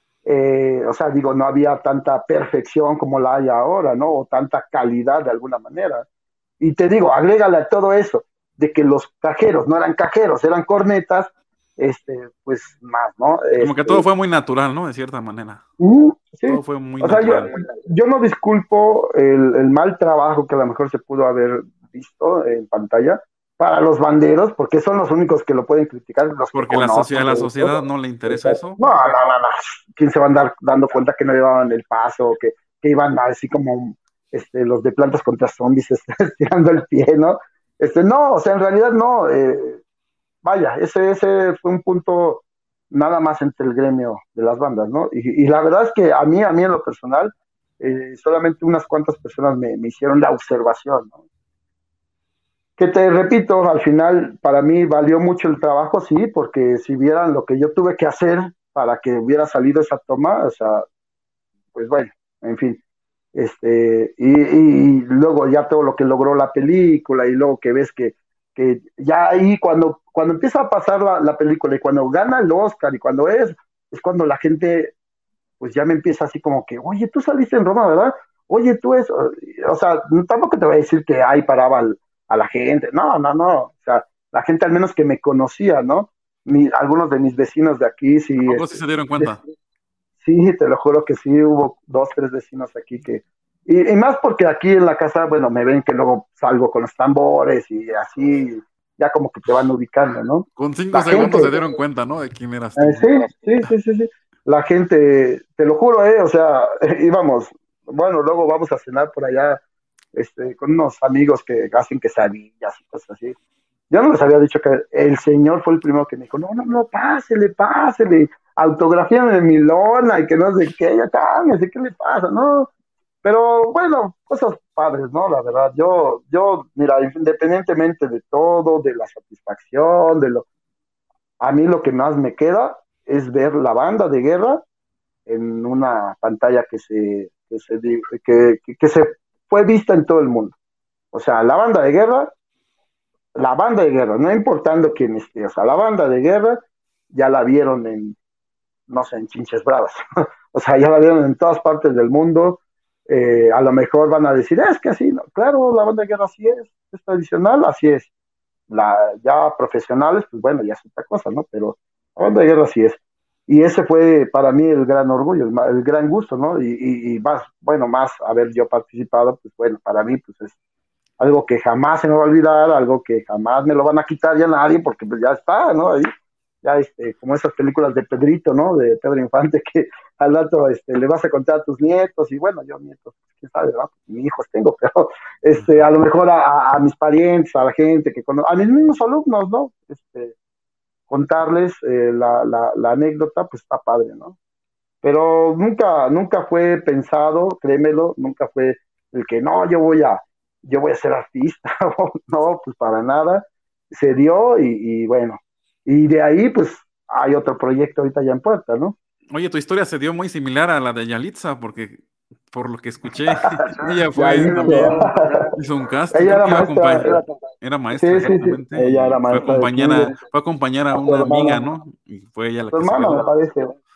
Eh, o sea, digo, no había tanta perfección como la hay ahora, ¿no? O tanta calidad de alguna manera. Y te digo, agrégale a todo eso, de que los cajeros no eran cajeros, eran cornetas, este, pues más, ¿no?
Como que
Este,
todo fue muy natural, ¿no? De cierta manera.
uh, sí,
Todo fue muy
o sea, yo,
natural.
yo no disculpo el, el mal trabajo que a lo mejor se pudo haber visto en pantalla para los banderos, porque son los únicos que lo pueden criticar, los que
Porque la
conozco.
sociedad, a la
De esto.
sociedad no le interesa eso.
No, no, no, no. ¿Quién se va a andar dando cuenta que no llevaban el paso, que, que iban así como este, los de plantas contra zombies este, estirando el pie, ¿no? Este, no, o sea, en realidad no. Eh, vaya, ese, ese fue un punto nada más entre el gremio de las bandas, ¿no? Y, y la verdad es que a mí, a mí en lo personal, eh, solamente unas cuantas personas me, me hicieron la observación, ¿no? Que te repito, al final para mí valió mucho el trabajo, sí, porque si vieran lo que yo tuve que hacer para que hubiera salido esa toma, o sea, pues bueno, en fin, este, y, y, y luego ya todo lo que logró la película, y luego que ves que, que ya ahí cuando, cuando empieza a pasar la, la película y cuando gana el Oscar y cuando es, es cuando la gente pues ya me empieza así como que, oye, tú saliste en Roma, ¿verdad? Oye, tú es, o sea, tampoco te voy a decir que ahí paraba al, a la gente, no, no, no, o sea, la gente al menos que me conocía, ¿no? Mi, algunos de mis vecinos de aquí, sí,
¿A poco sí
este,
se dieron cuenta?
sí, te lo juro que sí, hubo dos, tres vecinos aquí que, y, y más porque aquí en la casa, bueno, me ven que luego salgo con los tambores y así, ya como que te van ubicando, ¿no?
Con cinco
La
segundos
gente,
se dieron cuenta, ¿no? De quién eras tú.
eh, sí, sí, sí, sí, sí. La gente, te lo juro, eh, o sea, íbamos, bueno, luego vamos a cenar por allá, este, con unos amigos que hacen quesadillas y cosas así. Yo no les había dicho que el señor fue el primero que me dijo, no, no, no, pásele, pásele, autografíame mi lona y que no sé qué, ya cámbiase, ¿qué le pasa? No, pero bueno, cosas padres, ¿no? La verdad, yo, yo, mira, independientemente de todo, de la satisfacción, de lo, a mí lo que más me queda es ver la banda de guerra en una pantalla que se, que se, que, que, que se fue vista en todo el mundo. O sea, la banda de guerra, la banda de guerra, no importando quién esté, o sea, la banda de guerra ya la vieron en, no sé, en Chinches Bravas. O sea, ya la vieron en todas partes del mundo. Eh, a lo mejor van a decir, es que así, no. Claro, la banda de guerra así es, es tradicional, así es. La, ya profesionales, pues bueno, ya es otra cosa, ¿no? Pero la banda de guerra sí es. Y ese fue para mí el gran orgullo, el, el gran gusto, ¿no? Y, y, y, más, bueno, más haber yo participado, pues bueno, para mí pues es algo que jamás se me va a olvidar, algo que jamás me lo van a quitar ya nadie, porque pues ya está, ¿no? Ahí, ya este, como esas películas de Pedrito, ¿no? De Pedro Infante, que al rato este, le vas a contar a tus nietos, y bueno, yo nietos, pues, quién sabe, ¿no? Ni hijos tengo, pero este, a lo mejor a, a mis parientes, a la gente que conozco, a mis mismos alumnos, ¿no? Este, contarles eh, la, la, la anécdota, pues está padre, ¿no? Pero nunca, nunca fue pensado, créemelo, nunca fue el que no, yo voy a, yo voy a ser artista, no, pues para nada, se dio y, y bueno, y de ahí pues hay otro proyecto ahorita ya en puerta, ¿no?
Oye, tu historia se dio muy similar a la de Yalitza, porque por lo que escuché, ella
Ya
fue
hizo,
también, hizo un casting,
ella
creo
era
que iba a
maestra,
acompañar, era maestra
sí, sí, sí,
exactamente,
ella era
y fue a
maestra de
acompañar
kinder,
a, fue a acompañar a
a su
una amiga,
hermana,
¿no? Y fue ella la
su
que se
hermana me
quedó.
parece,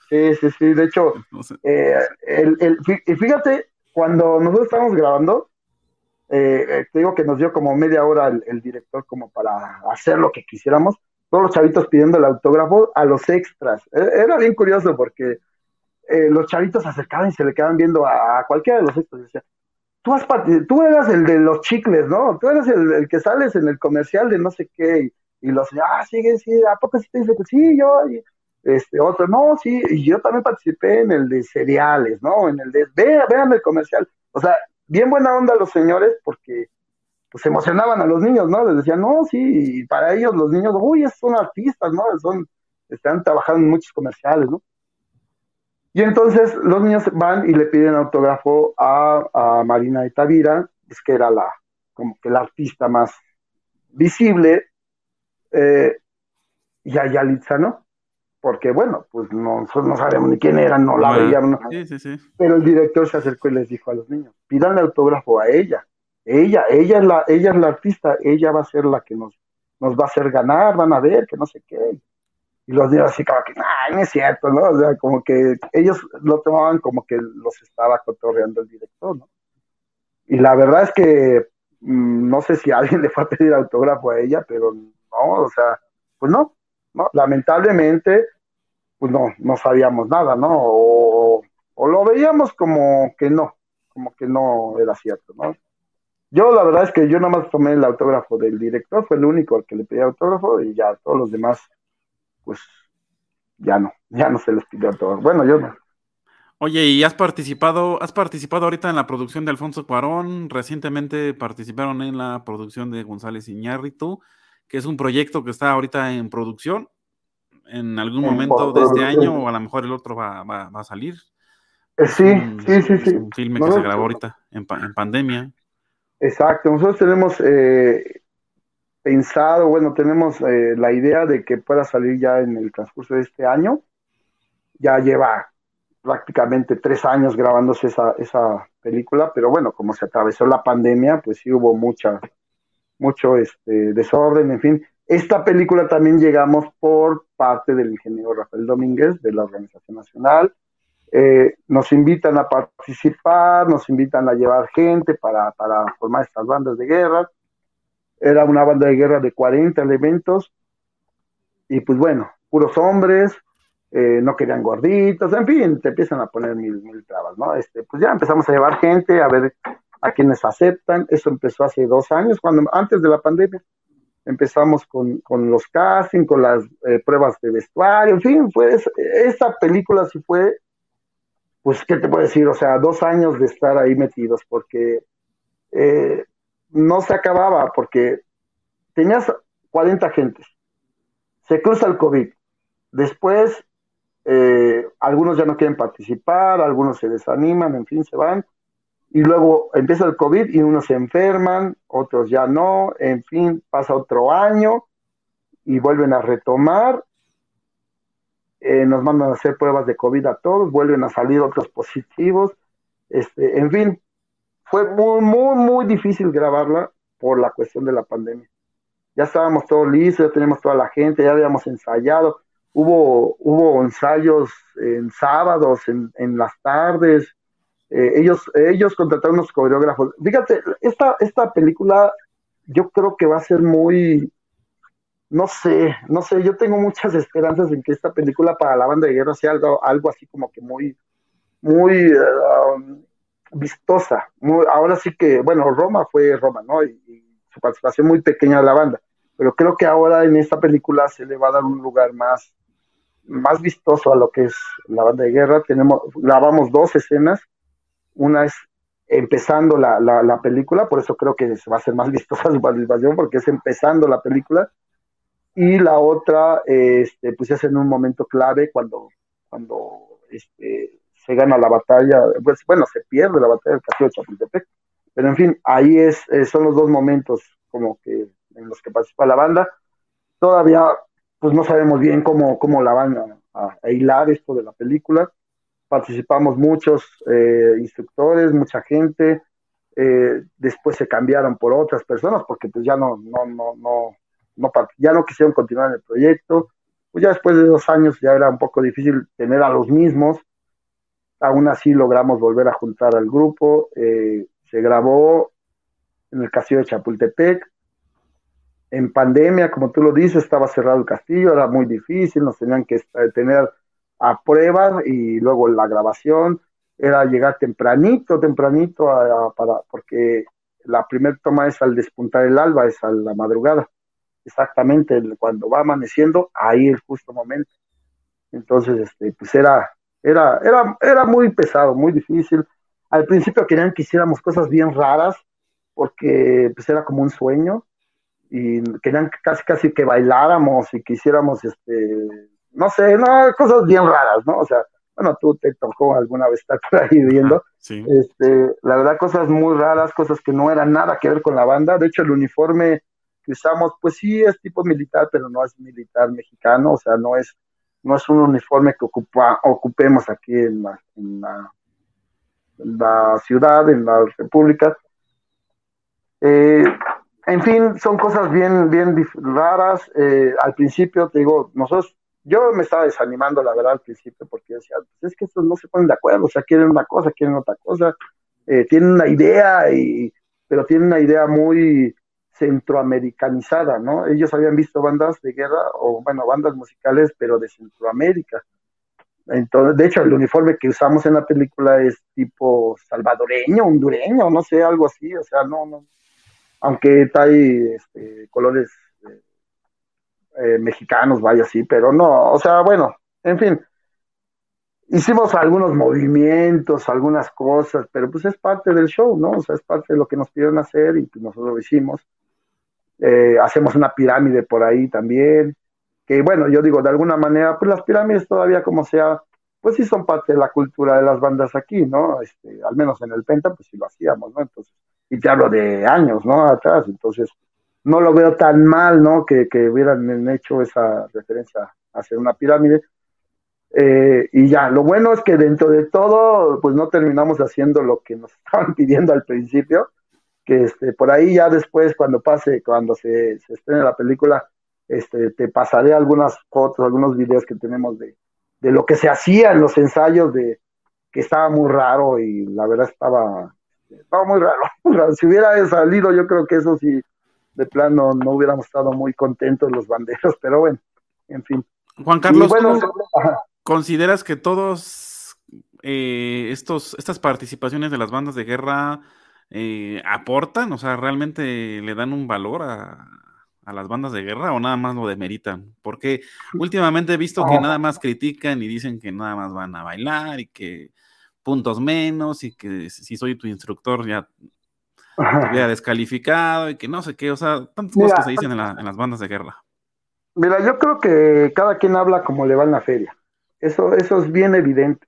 Sí, sí, sí. De hecho,
Entonces,
eh, el, el, fí- fíjate, cuando nosotros estábamos grabando, eh, eh, te digo que nos dio como media hora el, el director como para hacer lo que quisiéramos. Todos los chavitos pidiendo el autógrafo a los extras. E- Era bien curioso porque eh, los chavitos se acercaban y se le quedaban viendo a, a cualquiera de los extras. Y decían, tú, has parti- tú eras el de los chicles, ¿no? Tú eres el, el que sales en el comercial de no sé qué. Y, y los, ah, sí, sí, ¿a poco sí te dice que sí, yo? Y, este, otro, no, sí, y yo también participé en el de cereales, ¿no? En el de, ve, vean el comercial. O sea, bien buena onda los señores porque pues emocionaban a los niños, ¿no? Les decían, no, sí, y para ellos los niños, uy, esos son artistas, ¿no? Son, están trabajando en muchos comerciales, ¿no? Y entonces los niños van y le piden autógrafo a, a Marina de Tavira, pues que era la, como que la artista más visible, eh, y a Yalitza, ¿no? Porque bueno, pues no, nosotros no sabemos ni quién era, no la
no era.
veíamos, ¿no?
Sí, sí, sí.
Pero el director se acercó y les dijo a los niños, pídanle autógrafo a ella, ella, ella es la, ella es la artista, ella va a ser la que nos, nos va a hacer ganar, van a ver, que no sé qué. Y los niños así como que, ay, no es cierto, ¿no? O sea, como que ellos lo tomaban como que los estaba cotorreando el director, ¿no? Y la verdad es que mmm, no sé si alguien le fue a pedir autógrafo a ella, pero no, o sea, pues no, no, lamentablemente, pues no, no sabíamos nada, ¿no? O, o lo veíamos como que no, como que no era cierto, ¿no? Yo la verdad es que yo nada más tomé el autógrafo del director, fue el único al que le pedí autógrafo y ya todos los demás, pues ya no, ya no se les pidió autógrafo. Bueno, yo no.
Oye, ¿y has participado, has participado ahorita en la producción de Alfonso Cuarón? Recientemente participaron en la producción de González Iñárritu, que es un proyecto que está ahorita en producción. En algún
En
momento de este año, o
postproducción.
a lo mejor el otro va, va, va a salir.
Eh,
Es
sí,
un,
sí, sí,
es
sí.
un filme que se grabó
Nosotros,
ahorita en, pa- en pandemia.
exacto, nosotros tenemos eh, pensado, bueno, tenemos eh, la idea de que pueda salir ya en el transcurso de este año. Ya lleva prácticamente tres años grabándose esa, esa película, pero bueno, como se atravesó la pandemia, pues sí hubo mucha, mucho este, desorden, en fin. Esta película también llegamos por parte del ingeniero Rafael Domínguez de la Organización Nacional. Eh, nos invitan a participar, nos invitan a llevar gente para, para formar estas bandas de guerra. Era una banda de guerra de cuarenta elementos y pues bueno, puros hombres, eh, no querían gorditos, en fin, te empiezan a poner mil, mil trabas, ¿no? Este, pues ya empezamos a llevar gente, a ver a quienes aceptan. Eso empezó hace dos años, cuando antes de la pandemia. Empezamos con, con los castings, con las eh, pruebas de vestuario, en fin, pues esta película sí fue, pues, ¿qué te puedo decir? O sea, dos años de estar ahí metidos, porque eh, no se acababa, porque tenías cuarenta gentes, se cruza el COVID, después eh, algunos ya no quieren participar, algunos se desaniman, en fin, se van, y luego empieza el COVID y unos se enferman, otros ya no, en fin, pasa otro año y vuelven a retomar, eh, nos mandan a hacer pruebas de COVID a todos, vuelven a salir otros positivos, este, en fin, fue muy, muy, muy difícil grabarla por la cuestión de la pandemia. Ya estábamos todos listos, ya teníamos toda la gente, ya habíamos ensayado, hubo, hubo ensayos en sábados, en, en las tardes, eh, ellos, ellos contrataron unos coreógrafos. Fíjate, esta, esta película yo creo que va a ser muy, no sé, no sé, yo tengo muchas esperanzas en que esta película para la banda de guerra sea algo, algo así como que muy, muy uh, vistosa. Muy, ahora sí que, bueno, Roma fue Roma, ¿no? Y, y su participación muy pequeña de la banda, pero creo que ahora en esta película se le va a dar un lugar más, más vistoso a lo que es la banda de guerra. Tenemos, grabamos dos escenas, una es empezando la, la, la película, por eso creo que se va a hacer más vistosa su participación, porque es empezando la película, y la otra, este, pues es en un momento clave cuando, cuando este, se gana la batalla, pues bueno, se pierde la batalla del Castillo de Chapultepec, pero en fin, ahí es, eh, son los dos momentos como que en los que participa la banda. Todavía, pues no sabemos bien cómo, cómo la van a, a, a hilar esto de la película. Participamos muchos eh, instructores, mucha gente, eh, después se cambiaron por otras personas porque pues ya no, no, no, no, no, ya no quisieron continuar en el proyecto. pues ya después de dos años ya era un poco difícil tener a los mismos. Aún así logramos volver a juntar al grupo. Eh, se grabó en el castillo de Chapultepec. En pandemia, como tú lo dices, estaba cerrado el castillo, era muy difícil, nos tenían que tener a prueba y luego la grabación era llegar tempranito, tempranito, a, a, para, porque la primera toma es al despuntar el alba, es a la madrugada, exactamente el, cuando va amaneciendo, ahí el justo momento. Entonces, este, pues era, era, era, era muy pesado, muy difícil. Al principio querían que hiciéramos cosas bien raras, porque pues era como un sueño, y querían casi casi que bailáramos y que hiciéramos, este, no sé, no, cosas bien raras, ¿no? O sea, bueno, tú te tocó alguna vez estar por ahí
Ajá,
viendo,
sí.
este, la verdad, cosas muy raras, cosas que no eran nada que ver con la banda. De hecho, el uniforme que usamos, pues sí es tipo militar, pero no es militar mexicano, o sea, no es, no es un uniforme que ocupa, ocupemos aquí en la, en la, en la ciudad, en la república. Eh, en fin, son cosas bien, bien raras. Eh, al principio, te digo, nosotros, yo me estaba desanimando, la verdad, al principio, porque decía, pues es que estos no se ponen de acuerdo, o sea, quieren una cosa, quieren otra cosa, eh, tienen una idea, y, pero tienen una idea muy centroamericanizada, ¿no? Ellos habían visto bandas de guerra, o bueno, bandas musicales, pero de Centroamérica. Entonces, de hecho, el uniforme que usamos en la película es tipo salvadoreño, hondureño, no sé, algo así, o sea, no, no, aunque trae este, colores eh, eh, mexicanos, vaya así, pero no, o sea, bueno, en fin, hicimos algunos movimientos, algunas cosas, pero pues es parte del show, ¿no? O sea, es parte de lo que nos pidieron hacer y pues nosotros lo hicimos. Eh, hacemos una pirámide por ahí también, que bueno, yo digo, de alguna manera, pues las pirámides todavía como sea, pues sí son parte de la cultura de las bandas aquí, ¿no? Este, al menos en el Penta, pues sí lo hacíamos, ¿no? Entonces, y te hablo de años, ¿no? Atrás, entonces, no lo veo tan mal, ¿no? Que, que hubieran hecho esa referencia a hacer una pirámide. Eh, y ya, lo bueno es que dentro de todo, pues no terminamos haciendo lo que nos estaban pidiendo al principio, que este, por ahí ya después, cuando pase, cuando se, se estrene la película, este, te pasaré algunas fotos, algunos videos que tenemos de, de lo que se hacía en los ensayos, de que estaba muy raro y la verdad estaba, estaba muy raro. Si hubiera salido, yo creo que eso sí, de plano no hubiéramos estado muy contentos los banderos, pero bueno, en fin.
Juan
Y
Carlos,
bueno,
¿tú consideras que todos eh, estos, estas participaciones de las bandas de guerra eh, aportan? O sea, ¿realmente le dan un valor a, a las bandas de guerra o nada más lo demeritan? Porque últimamente he visto que nada más critican y dicen que nada más van a bailar y que puntos menos y que si soy tu instructor ya te hubiera descalificado y que no sé qué, o sea, tantas cosas que se
mira,
dicen en, la- en las bandas de guerra.
mira, yo creo que cada quien habla como le va en la feria. Eso, eso es bien evidente.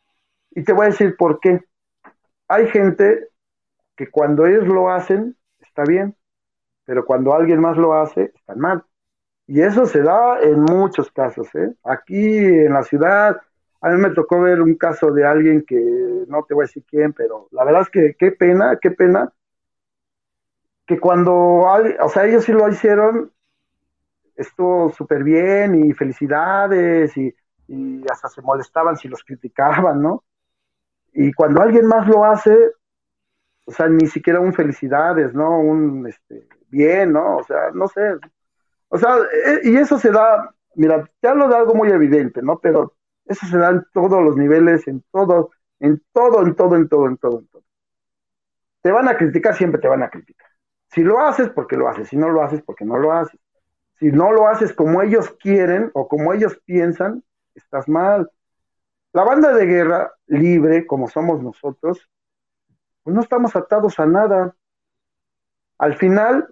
Y te voy a decir por qué. Hay gente que cuando ellos lo hacen, está bien, pero cuando alguien más lo hace, está mal. Y eso se da en muchos casos, ¿eh? Aquí en la ciudad, a mí me tocó ver un caso de alguien que no te voy a decir quién, pero la verdad es que qué pena, qué pena, que cuando, alguien- o sea, ellos sí lo hicieron, estuvo súper bien y felicidades y, y hasta se molestaban si los criticaban, ¿no? Y cuando alguien más lo hace, o sea, ni siquiera un felicidades, ¿no? Un, este, bien, ¿no? O sea, no sé. O sea, eh, y eso se da, mira, te hablo de algo muy evidente, ¿no? Pero eso se da en todos los niveles, en todo, en todo, en todo, en todo, en todo, en todo. Te van a criticar, siempre te van a criticar. Si lo haces, porque lo haces. Si no lo haces, porque no lo haces. Si no lo haces como ellos quieren o como ellos piensan, estás mal. La banda de guerra libre, como somos nosotros, pues no estamos atados a nada. Al final,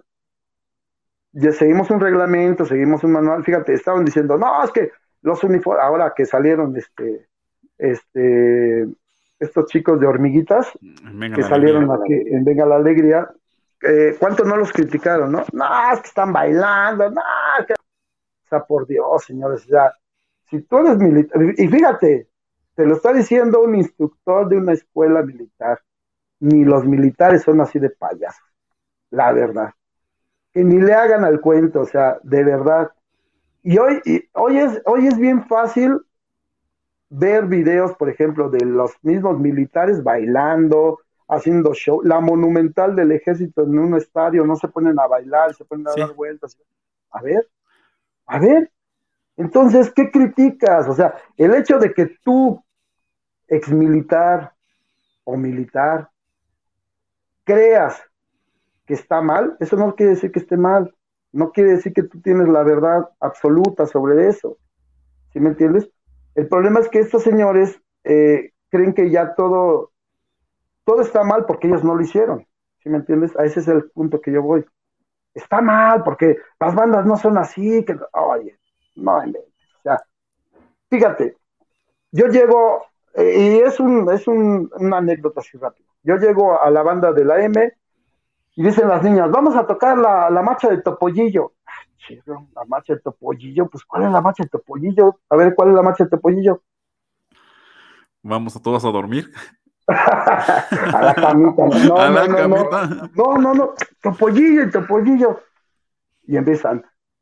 ya seguimos un reglamento, seguimos un manual. Fíjate, estaban diciendo, no, es que los uniformes, ahora que salieron este, este, estos chicos de hormiguitas,
Venga
que
la alegría.
salieron aquí en Venga la Alegría, eh, ¿cuánto no los criticaron, no? No, es que están bailando, no, es que... O sea, por Dios, señores, o sea, si tú eres militar, y fíjate, te lo está diciendo un instructor de una escuela militar, ni los militares son así de payasos, la verdad. Que ni le hagan al cuento, o sea, de verdad. y hoy, y hoy, es, hoy es bien fácil ver videos, por ejemplo, de los mismos militares bailando, haciendo show. La monumental del ejército en un estadio, no se ponen a bailar, se ponen a dar
Sí.
vueltas. A ver, a ver. Entonces, ¿qué criticas? O sea, el hecho de que tú, exmilitar o militar, creas que está mal, eso no quiere decir que esté mal. No quiere decir que tú tienes la verdad absoluta sobre eso. ¿Sí me entiendes? El problema es que estos señores eh, creen que ya todo, todo está mal porque ellos no lo hicieron. ¿Sí me entiendes? A ese es el punto que yo voy. Está mal porque las bandas no son así. Que, oye, no, o sea, fíjate, yo llego, eh, y es, un, es un, una anécdota así rápida. Yo llego a la banda de la M y dicen las niñas, vamos a tocar la, la marcha de Topollillo. Ah, chido, la marcha de Topollillo, pues ¿cuál es la marcha de Topollillo? A ver, ¿cuál es la marcha de Topollillo?
Vamos a todos a dormir.
A la camita, no,
A
no,
la
no, no,
camita.
no, no, no, Topollillo y Topollillo. Y empiezan,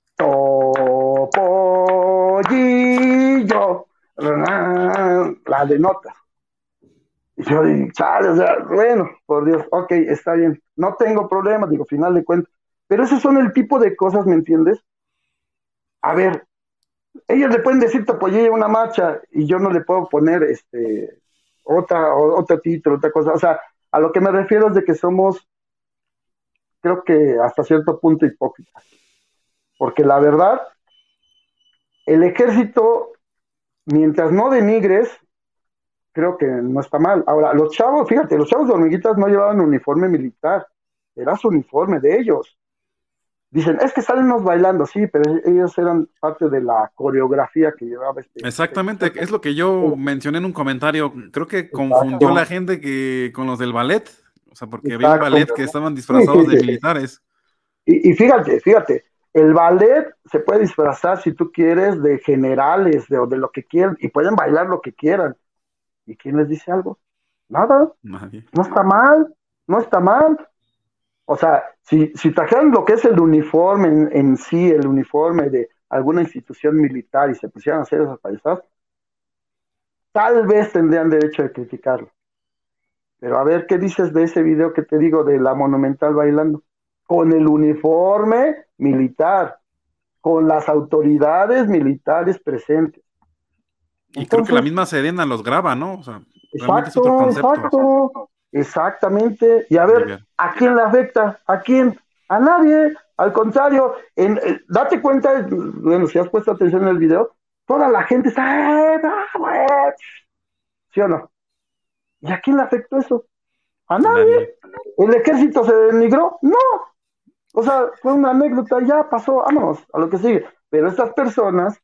Topollillo, la de notas. Y yo digo, chale, o sea, bueno, por Dios, ok, está bien, no tengo problemas, digo, final de cuentas. Pero esos son el tipo de cosas, ¿me entiendes? A ver, ellos le pueden decir Topollillo una marcha y yo no le puedo poner este otra, o- otro título, otra cosa. O sea, a lo que me refiero es de que somos, creo que hasta cierto punto hipócritas. Porque la verdad, el ejército, mientras no denigres, creo que no está mal. Ahora, los chavos, fíjate, los chavos de hormiguitas no llevaban uniforme militar, era su uniforme de ellos. Dicen, es que salen los bailando, sí, pero ellos eran parte de la coreografía que llevaba este. este
Exactamente, es lo que yo mencioné en un comentario. Creo que confundió la
exacto,
gente que con los del ballet, o sea, porque había un
exacto.
ballet que estaban
Sí,
disfrazados
sí,
de
sí.
militares.
Y, y fíjate, fíjate, el ballet se puede disfrazar si tú quieres de generales, de, o de lo que quieran, y pueden bailar lo que quieran. ¿Y quién les dice algo? Nada,
Nadie.
no está mal, no está mal. O sea, si, si trajeran lo que es el uniforme en, en sí, el uniforme de alguna institución militar y se pusieran a hacer esas payasadas, tal vez tendrían derecho de criticarlo. Pero a ver, ¿qué dices de ese video que te digo de la Monumental bailando? Con el uniforme militar, con las autoridades militares presentes.
Y creo que la
Entonces,
misma Serena los graba, ¿no? O sea, realmente es otro
exacto,
concepto.
exacto, exactamente. Y a ver,
Diver.
¿a quién le afecta? ¿A quién? A nadie. Al contrario, en, eh, date cuenta, bueno, si has puesto atención en el video, toda la gente está, "Eh, bravo, eh", ¿sí o no? ¿Y a quién le afectó eso? A
A nadie.
nadie. ¿El ejército se denigró? No. O sea, fue una anécdota, ya pasó, vámonos, a lo que sigue. Pero estas personas,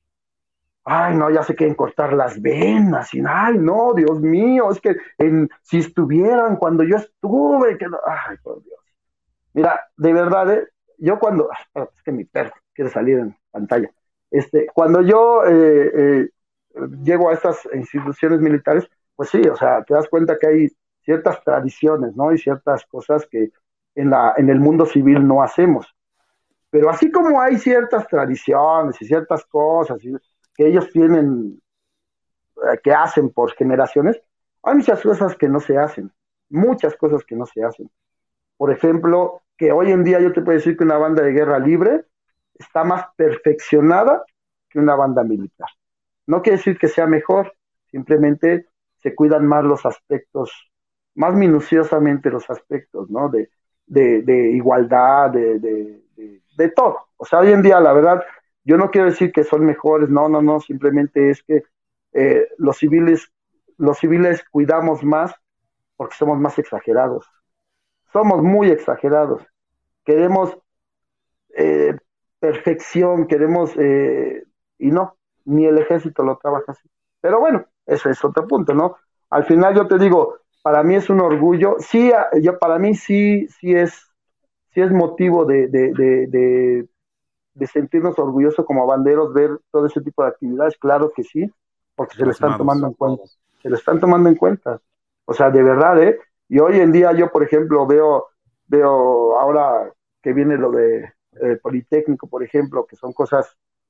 ay, no, ya se quieren cortar las venas, y ay, no, Dios mío, es que en, si estuvieran cuando yo estuve, que no- ay, por Dios. Mira, de verdad, ¿eh? Yo cuando, ah, es que mi perro quiere salir en pantalla, este, cuando yo eh, eh, llego a estas instituciones militares, pues sí, o sea, te das cuenta que hay ciertas tradiciones, ¿no? Y ciertas cosas que en la, en el mundo civil no hacemos. Pero así como hay ciertas tradiciones y ciertas cosas y- que ellos tienen, eh, que hacen por generaciones, hay muchas cosas que no se hacen, muchas cosas que no se hacen. Por ejemplo, que hoy en día yo te puedo decir que una banda de guerra libre está más perfeccionada que una banda militar. No quiere decir que sea mejor, simplemente se cuidan más los aspectos, más minuciosamente los aspectos, ¿no? De, de, de igualdad, de, de, de, de todo. O sea, hoy en día, la verdad, yo no quiero decir que son mejores, no, no, no, simplemente es que eh, los civiles, los civiles cuidamos más porque somos más exagerados. Somos muy exagerados. Queremos eh, perfección, queremos, eh, y no, ni el ejército lo trabaja así. Pero bueno, ese es otro punto, ¿no? Al final yo te digo, para mí es un orgullo, sí, a- yo para mí sí, sí es, sí es motivo de, de, de, de, de sentirnos orgullosos como banderos ver todo ese tipo de actividades, claro que sí, porque se le están tomando
Plasmados.
en cuenta, se le están tomando en cuenta. O sea, de verdad, ¿eh? Y hoy en día yo, por ejemplo, veo, veo ahora que viene lo de eh, Politécnico, por ejemplo, que son cosas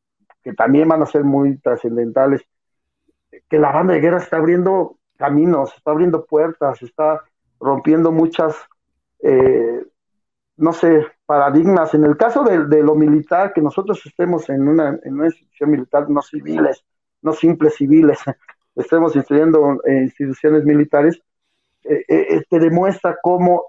que también van a ser muy trascendentales, que la banda de guerra está abriendo caminos, está abriendo puertas, está rompiendo muchas, eh, no sé, paradigmas. En el caso de, de, lo militar, que nosotros estemos en una, en una institución militar, no civiles, no simples civiles, estemos instruyendo en instituciones militares, eh, eh, te demuestra cómo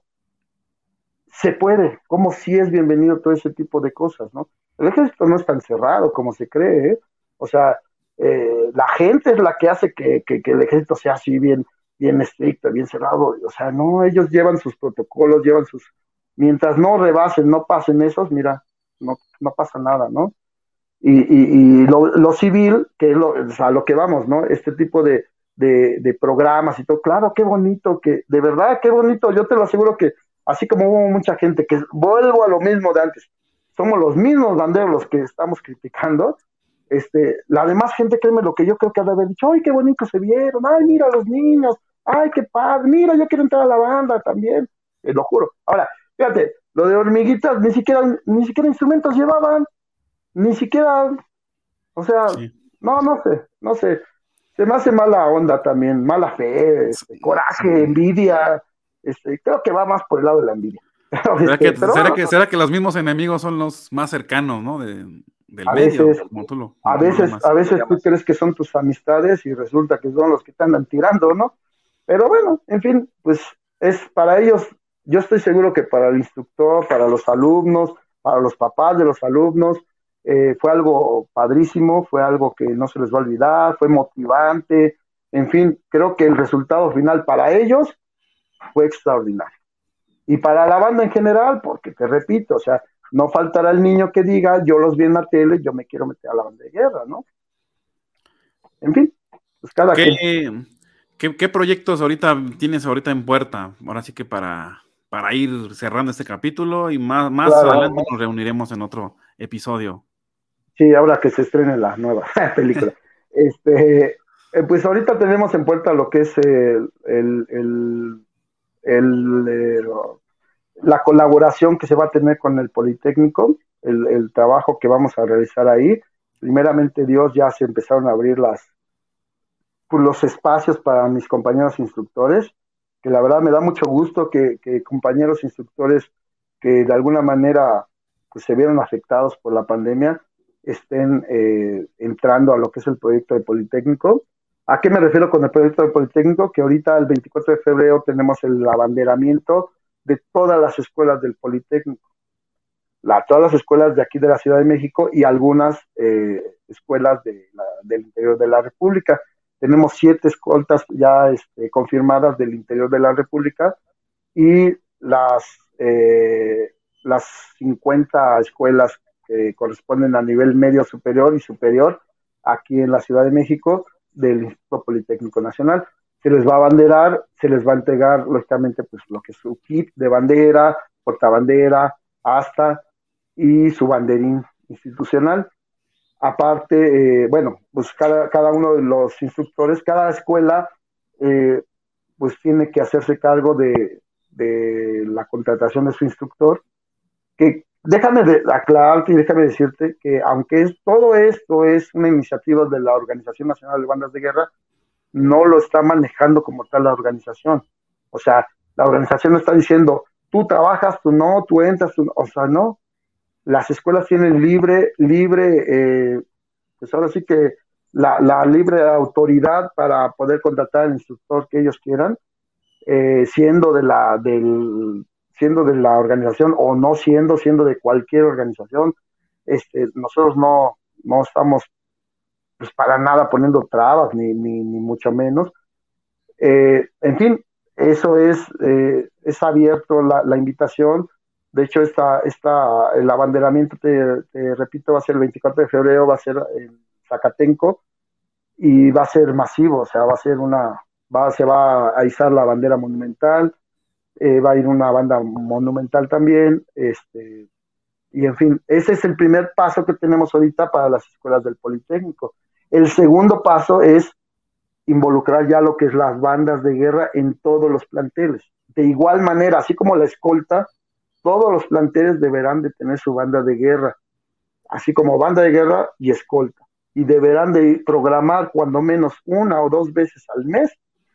se puede, cómo sí es bienvenido todo ese tipo de cosas, ¿no? El ejército no es tan cerrado como se cree, ¿eh? O sea, eh, la gente es la que hace que, que, que el ejército sea así bien, bien estricto, bien cerrado. O sea, no, ellos llevan sus protocolos, llevan sus... Mientras no rebasen, no pasen esos, mira, no, no pasa nada, ¿no? Y, y, y lo, lo civil, que es lo, o sea, lo que vamos, ¿no? Este tipo de, de, de programas y todo, claro, qué bonito, que de verdad, qué bonito, yo te lo aseguro que así como hubo mucha gente que vuelvo a lo mismo de antes, somos los mismos banderos los que estamos criticando, este, la demás gente, créeme lo que yo creo que ha de haber dicho, ay, qué bonito se vieron, ay, mira los niños, ay, qué padre, mira, yo quiero entrar a la banda también, te lo juro. Ahora, fíjate, lo de hormiguitas, ni siquiera, ni siquiera instrumentos llevaban, ni siquiera, o sea, sí. no, no sé, no sé, se me hace mala onda también, mala fe, este, coraje, sí. envidia, este, creo que va más por el lado de la envidia.
¿Será, este, que, pero, ¿será, que, ¿Será que los mismos enemigos son los más cercanos, ¿no? De, del
a
medio,
veces,
como tú lo,
como a veces, lo a veces tú crees que son tus amistades y resulta que son los que te andan tirando, ¿no? Pero bueno, en fin, pues es para ellos, yo estoy seguro que para el instructor, para los alumnos, para los papás de los alumnos, eh, fue algo padrísimo, fue algo que no se les va a olvidar, fue motivante, en fin, creo que el resultado final para ellos fue extraordinario. Y para la banda en general, porque te repito, o sea, no faltará el niño que diga, yo los vi en la tele, yo me quiero meter a la banda de guerra, ¿no? En fin, pues cada
¿Qué,
quien.
¿qué, ¿Qué proyectos ahorita tienes ahorita en puerta? Ahora sí que para, para ir cerrando este capítulo y más, más claro, adelante nos reuniremos en otro episodio.
Sí, ahora que se estrene la nueva película. este, eh, pues ahorita tenemos en puerta lo que es el, el, el, el eh, la colaboración que se va a tener con el Politécnico, el, el trabajo que vamos a realizar ahí. Primeramente Dios, ya se empezaron a abrir las pues, los espacios para mis compañeros instructores, que la verdad me da mucho gusto que, que compañeros instructores que de alguna manera pues, se vieron afectados por la pandemia estén eh, entrando a lo que es el proyecto de Politécnico. ¿A qué me refiero con el proyecto de Politécnico? Que ahorita el veinticuatro de febrero tenemos el abanderamiento de todas las escuelas del Politécnico, la, todas las escuelas de aquí de la Ciudad de México y algunas eh, escuelas de la, del interior de la República. Tenemos siete escoltas ya este, confirmadas del interior de la República y las, eh, las cincuenta escuelas que corresponden a nivel medio superior y superior aquí en la Ciudad de México del Instituto Politécnico Nacional. Se les va a abanderar, se les va a entregar, lógicamente, pues lo que es su kit de bandera, portabandera, asta y su banderín institucional. Aparte, eh, bueno, pues cada, cada uno de los instructores, cada escuela, eh, pues tiene que hacerse cargo de, de la contratación de su instructor, que déjame de aclararte y déjame decirte que aunque es, todo esto es una iniciativa de la Organización Nacional de Bandas de Guerra, no lo está manejando como tal la organización. O sea, la organización no está diciendo, tú trabajas, tú no, tú entras, tú no. O sea, no. Las escuelas tienen libre, libre, eh, pues ahora sí que la, la libre autoridad para poder contratar al instructor que ellos quieran, eh, siendo de la, del, siendo de la organización o no siendo, siendo de cualquier organización. Este, nosotros no, no estamos pues para nada poniendo trabas, ni, ni, ni mucho menos. Eh, en fin, eso es, eh, es abierto la, la invitación. De hecho, esta, esta, el abanderamiento, te, te repito, va a ser el veinticuatro de febrero, va a ser en Zacatenco y va a ser masivo, o sea, va a ser una, va, se va a izar la bandera monumental, eh, va a ir una banda monumental también, este, y en fin, ese es el primer paso que tenemos ahorita para las escuelas del Politécnico. El segundo paso es involucrar ya lo que es las bandas de guerra en todos los planteles. De igual manera, así como la escolta, todos los planteles deberán de tener su banda de guerra, así como banda de guerra y escolta. y deberán de programar cuando menos una o dos veces al mes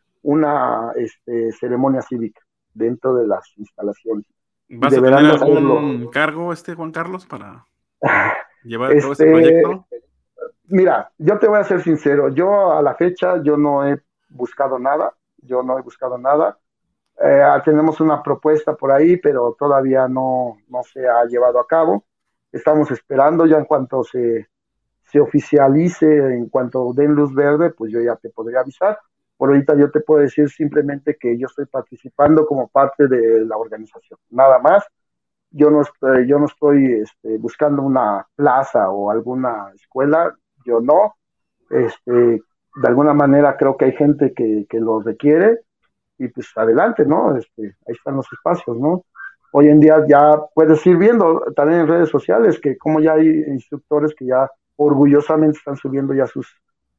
una este, ceremonia cívica dentro de las instalaciones y
¿Vas a tener
deberán de hacerlo.
algún cargo, este Juan Carlos, para llevar a cabo este
Este,
proyecto?
Mira, yo te voy a ser sincero, yo a la fecha yo no he buscado nada, yo no he buscado nada. Eh, tenemos una propuesta por ahí, pero todavía no, no se ha llevado a cabo. Estamos esperando ya en cuanto se, se oficialice, en cuanto den luz verde, pues yo ya te podría avisar. Por ahorita yo te puedo decir simplemente que yo estoy participando como parte de la organización, nada más. Yo no estoy, yo no estoy este, buscando una plaza o alguna escuela, yo no. Este, de alguna manera creo que hay gente que, que lo requiere y pues adelante, ¿no? Este, ahí están los espacios, ¿no? Hoy en día ya puedes ir viendo también en redes sociales que como ya hay instructores que ya orgullosamente están subiendo ya sus,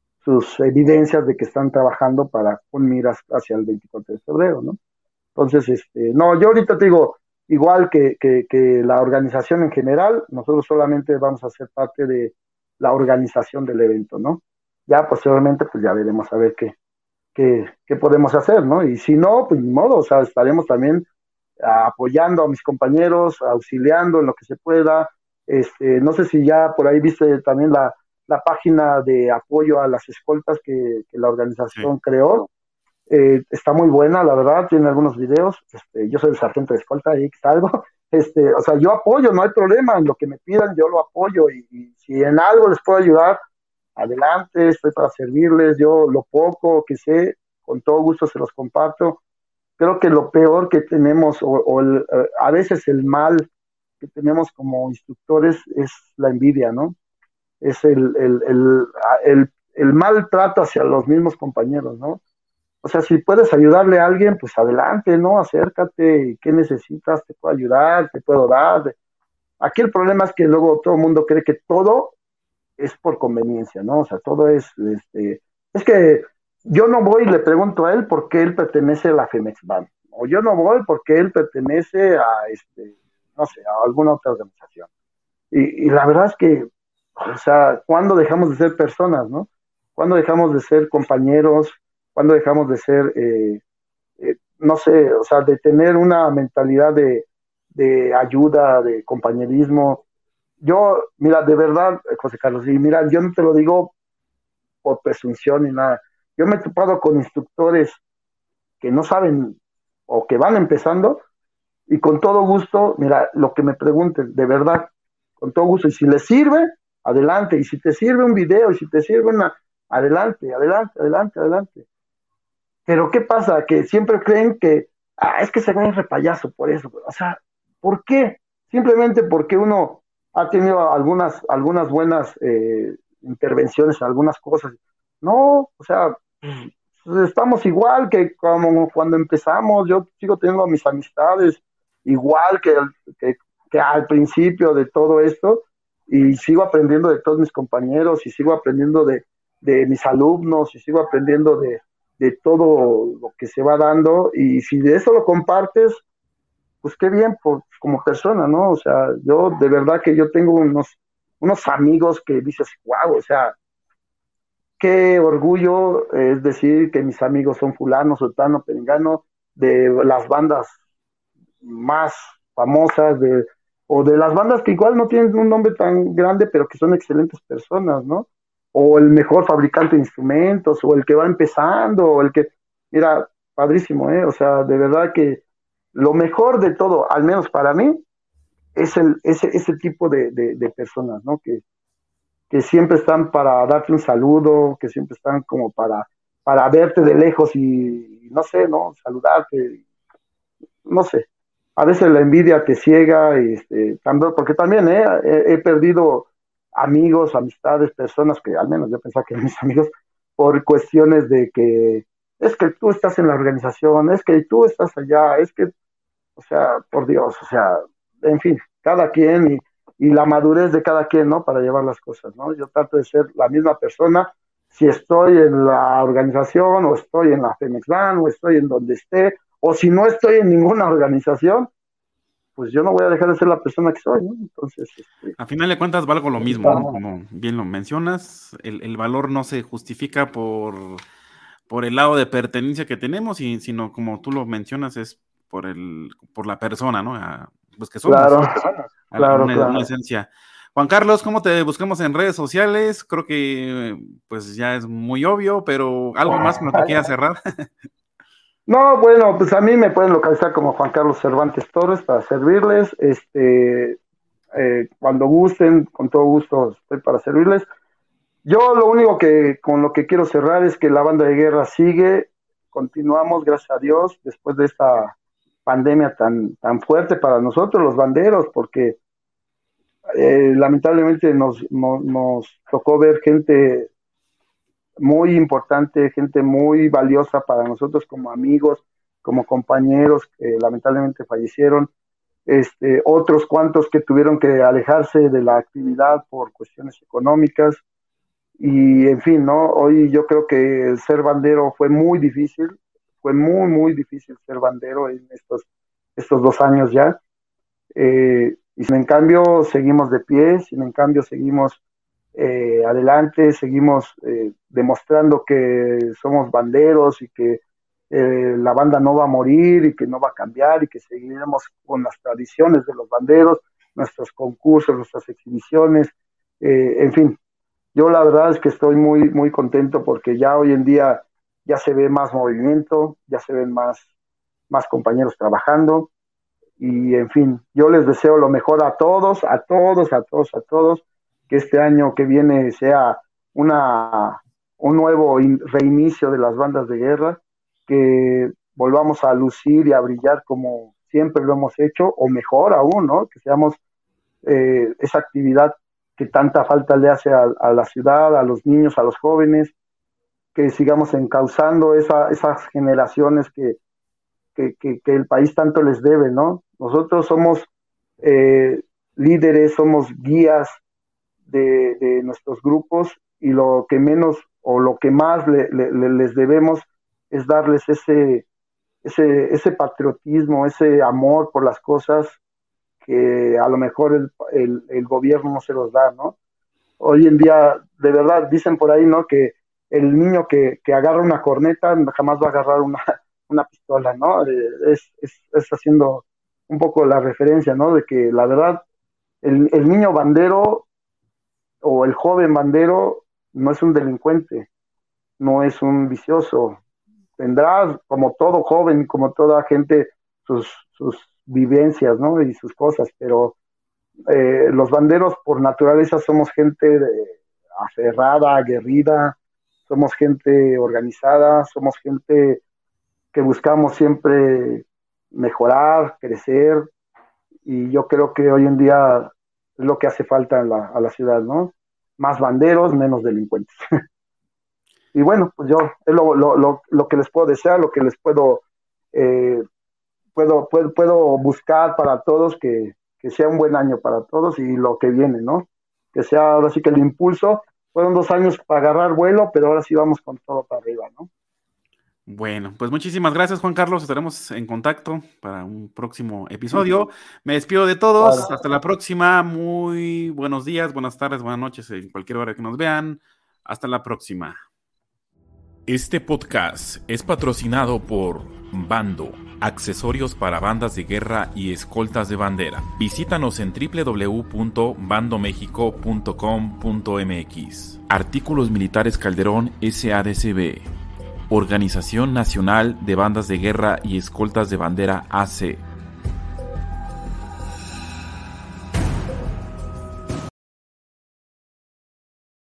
sus evidencias de que están trabajando para con miras hacia el veinticuatro de febrero, ¿no? Entonces, este, no, yo ahorita te digo, igual que, que, que la organización en general, nosotros solamente vamos a ser parte de la organización del evento, ¿no? Ya posteriormente, pues ya veremos a ver qué, qué, qué podemos hacer, ¿no? Y si no, pues ni modo, o sea, estaremos también apoyando a mis compañeros, auxiliando en lo que se pueda. Este, no sé si ya por ahí viste también la, la página de apoyo a las escoltas que, que la
Sí.
organización creó. Eh, está muy buena, la verdad, tiene algunos videos. Este, yo soy el sargento de escolta, ahí salgo. Este, o sea, yo apoyo, no hay problema, en lo que me pidan yo lo apoyo y, y si en algo les puedo ayudar, adelante, estoy para servirles, yo lo poco que sé, con todo gusto se los comparto. Creo que lo peor que tenemos, o, o el, eh, a veces el mal que tenemos como instructores es la envidia, ¿no? Es el, el, el, el, el maltrato hacia los mismos compañeros, ¿no? O sea, si puedes ayudarle a alguien, pues adelante, ¿no? Acércate, ¿qué necesitas? Te puedo ayudar, te puedo dar. Aquí el problema es que luego todo el mundo cree que todo es por conveniencia, ¿no? O sea, todo es, este, es que yo no voy y le pregunto a él por qué él pertenece a la Femex Band, o yo no voy porque él pertenece a, este, no sé, a alguna otra organización. Y, y la verdad es que, o sea, ¿cuándo dejamos de ser personas, no? ¿Cuándo dejamos de ser compañeros? ¿Cuándo dejamos de ser, eh, eh, no sé, o sea, de tener una mentalidad de, de ayuda, de compañerismo? Yo, mira, de verdad, José Carlos, y mira, yo no te lo digo por presunción ni nada. Yo me he topado con instructores que no saben o que van empezando y con todo gusto, mira, lo que me pregunten, de verdad, con todo gusto. Y si les sirve, adelante. Y si te sirve un video, y si te sirve una, adelante, adelante, adelante, adelante. Pero ¿qué pasa? Que siempre creen que, ah, es que se va a ir repayaso por eso. O sea, ¿por qué? Simplemente porque uno ha tenido algunas, algunas buenas eh, intervenciones en algunas cosas. No, o sea, pues, estamos igual que como cuando empezamos. Yo sigo teniendo mis amistades igual que, que, que al principio de todo esto y sigo aprendiendo de todos mis compañeros y sigo aprendiendo de, de mis alumnos y sigo aprendiendo de, de todo lo que se va dando y si de eso lo compartes, pues qué bien por, como persona, ¿no? O sea, yo de verdad que yo tengo unos, unos amigos que dices, wow, o sea, qué orgullo es decir que mis amigos son fulano, sultano, perengano, de las bandas más famosas, de, o de las bandas que igual no tienen un nombre tan grande, pero que son excelentes personas, ¿no? O el mejor fabricante de instrumentos, o el que va empezando, o el que, mira, padrísimo, ¿eh? O sea, de verdad que lo mejor de todo, al menos para mí, es el, ese, ese tipo de, de, de personas, ¿no? Que, que siempre están para darte un saludo, que siempre están como para, para verte de lejos y, no sé, ¿no? Saludarte, no sé. A veces la envidia te ciega, este, también, porque también eh, he, he perdido amigos, amistades, personas que al menos yo pensaba que eran mis amigos, por cuestiones de que es que tú estás en la organización, es que tú estás allá, es que, o sea, por Dios, o sea, en fin, cada quien y, y la madurez de cada quien, ¿no? Para llevar las cosas, ¿no? Yo trato de ser la misma persona si estoy en la organización o estoy en la Femex Band o estoy en donde esté o si no estoy en ninguna organización, pues yo no voy a dejar de ser la persona que soy, ¿no? Entonces, este,
a final de cuentas valgo lo mismo, ¿no? Como bien lo mencionas, el, el valor no se justifica por, por el lado de pertenencia que tenemos, y, sino como tú lo mencionas, es por el, por la persona, ¿no? A, pues que somos,
claro,
a,
claro,
una,
claro.
una esencia. Juan Carlos, ¿cómo te buscamos en redes sociales? Creo que pues ya es muy obvio, pero algo más con lo que quieras cerrar.
No, bueno, pues a mí me pueden localizar como Juan Carlos Cervantes Torres para servirles. Este, eh, cuando gusten, con todo gusto estoy para servirles. Yo lo único que con lo que quiero cerrar es que la banda de guerra sigue, continuamos, gracias a Dios, después de esta pandemia tan, tan fuerte para nosotros, los banderos, porque eh, lamentablemente nos, nos, nos tocó ver gente muy importante, gente muy valiosa para nosotros como amigos, como compañeros que lamentablemente fallecieron, este, otros cuantos que tuvieron que alejarse de la actividad por cuestiones económicas y en fin, ¿no? Hoy yo creo que ser bandero fue muy difícil, fue muy, muy difícil ser bandero en estos, estos dos años ya. Eh, y sin en cambio seguimos de pie, sin en cambio seguimos eh, adelante, seguimos eh, demostrando que somos banderos y que eh, la banda no va a morir y que no va a cambiar y que seguiremos con las tradiciones de los banderos, nuestros concursos, nuestras exhibiciones, eh, en fin. Yo la verdad es que estoy muy, muy contento porque ya hoy en día ya se ve más movimiento, ya se ven más, más compañeros trabajando y en fin, yo les deseo lo mejor a todos, a todos, a todos, a todos, que este año que viene sea una, un nuevo in, reinicio de las bandas de guerra, que volvamos a lucir y a brillar como siempre lo hemos hecho, o mejor aún, ¿no? Que seamos eh, esa actividad que tanta falta le hace a, a la ciudad, a los niños, a los jóvenes, que sigamos encauzando esa, esas generaciones que, que, que, que el país tanto les debe, ¿no? Nosotros somos eh, líderes, somos guías de, de, nuestros grupos y lo que menos o lo que más le, le, les debemos es darles ese, ese, ese patriotismo, ese amor por las cosas que a lo mejor el, el, el gobierno no se los da, ¿no? Hoy en día, de verdad, dicen por ahí, ¿no? Que el niño que, que agarra una corneta jamás va a agarrar una, una pistola, ¿no? Es, es, es haciendo un poco la referencia, ¿no? De que la verdad, el, el niño bandero o el joven bandero no es un delincuente, no es un vicioso. Tendrá, como todo joven, como toda gente, sus, sus vivencias, ¿no? Y sus cosas, pero eh, los banderos por naturaleza somos gente de, aferrada, aguerrida, somos gente organizada, somos gente que buscamos siempre mejorar, crecer, y yo creo que hoy en día es lo que hace falta a la, a la ciudad, ¿no? Más banderos, menos delincuentes. Y bueno, pues yo es lo, lo, lo, lo que les puedo desear, lo que les puedo, eh, puedo, puedo, puedo buscar para todos, que, que sea un buen año para todos y lo que viene, ¿no? Que sea ahora sí que el impulso. Fueron dos años para agarrar vuelo, pero ahora sí vamos con todo para arriba, ¿no?
Bueno, pues muchísimas gracias, Juan Carlos. Estaremos en contacto para un próximo episodio. Me despido de todos. Claro. Hasta la próxima. Muy buenos días, buenas tardes, buenas noches, en cualquier hora que nos vean. Hasta la próxima.
Este podcast es patrocinado por Bando, accesorios para bandas de guerra y escoltas de bandera. Visítanos en doble u doble u doble u punto bando mexico punto com punto m x. Artículos Militares Calderón S A D C B. Organización Nacional de Bandas de Guerra y Escoltas de Bandera A C.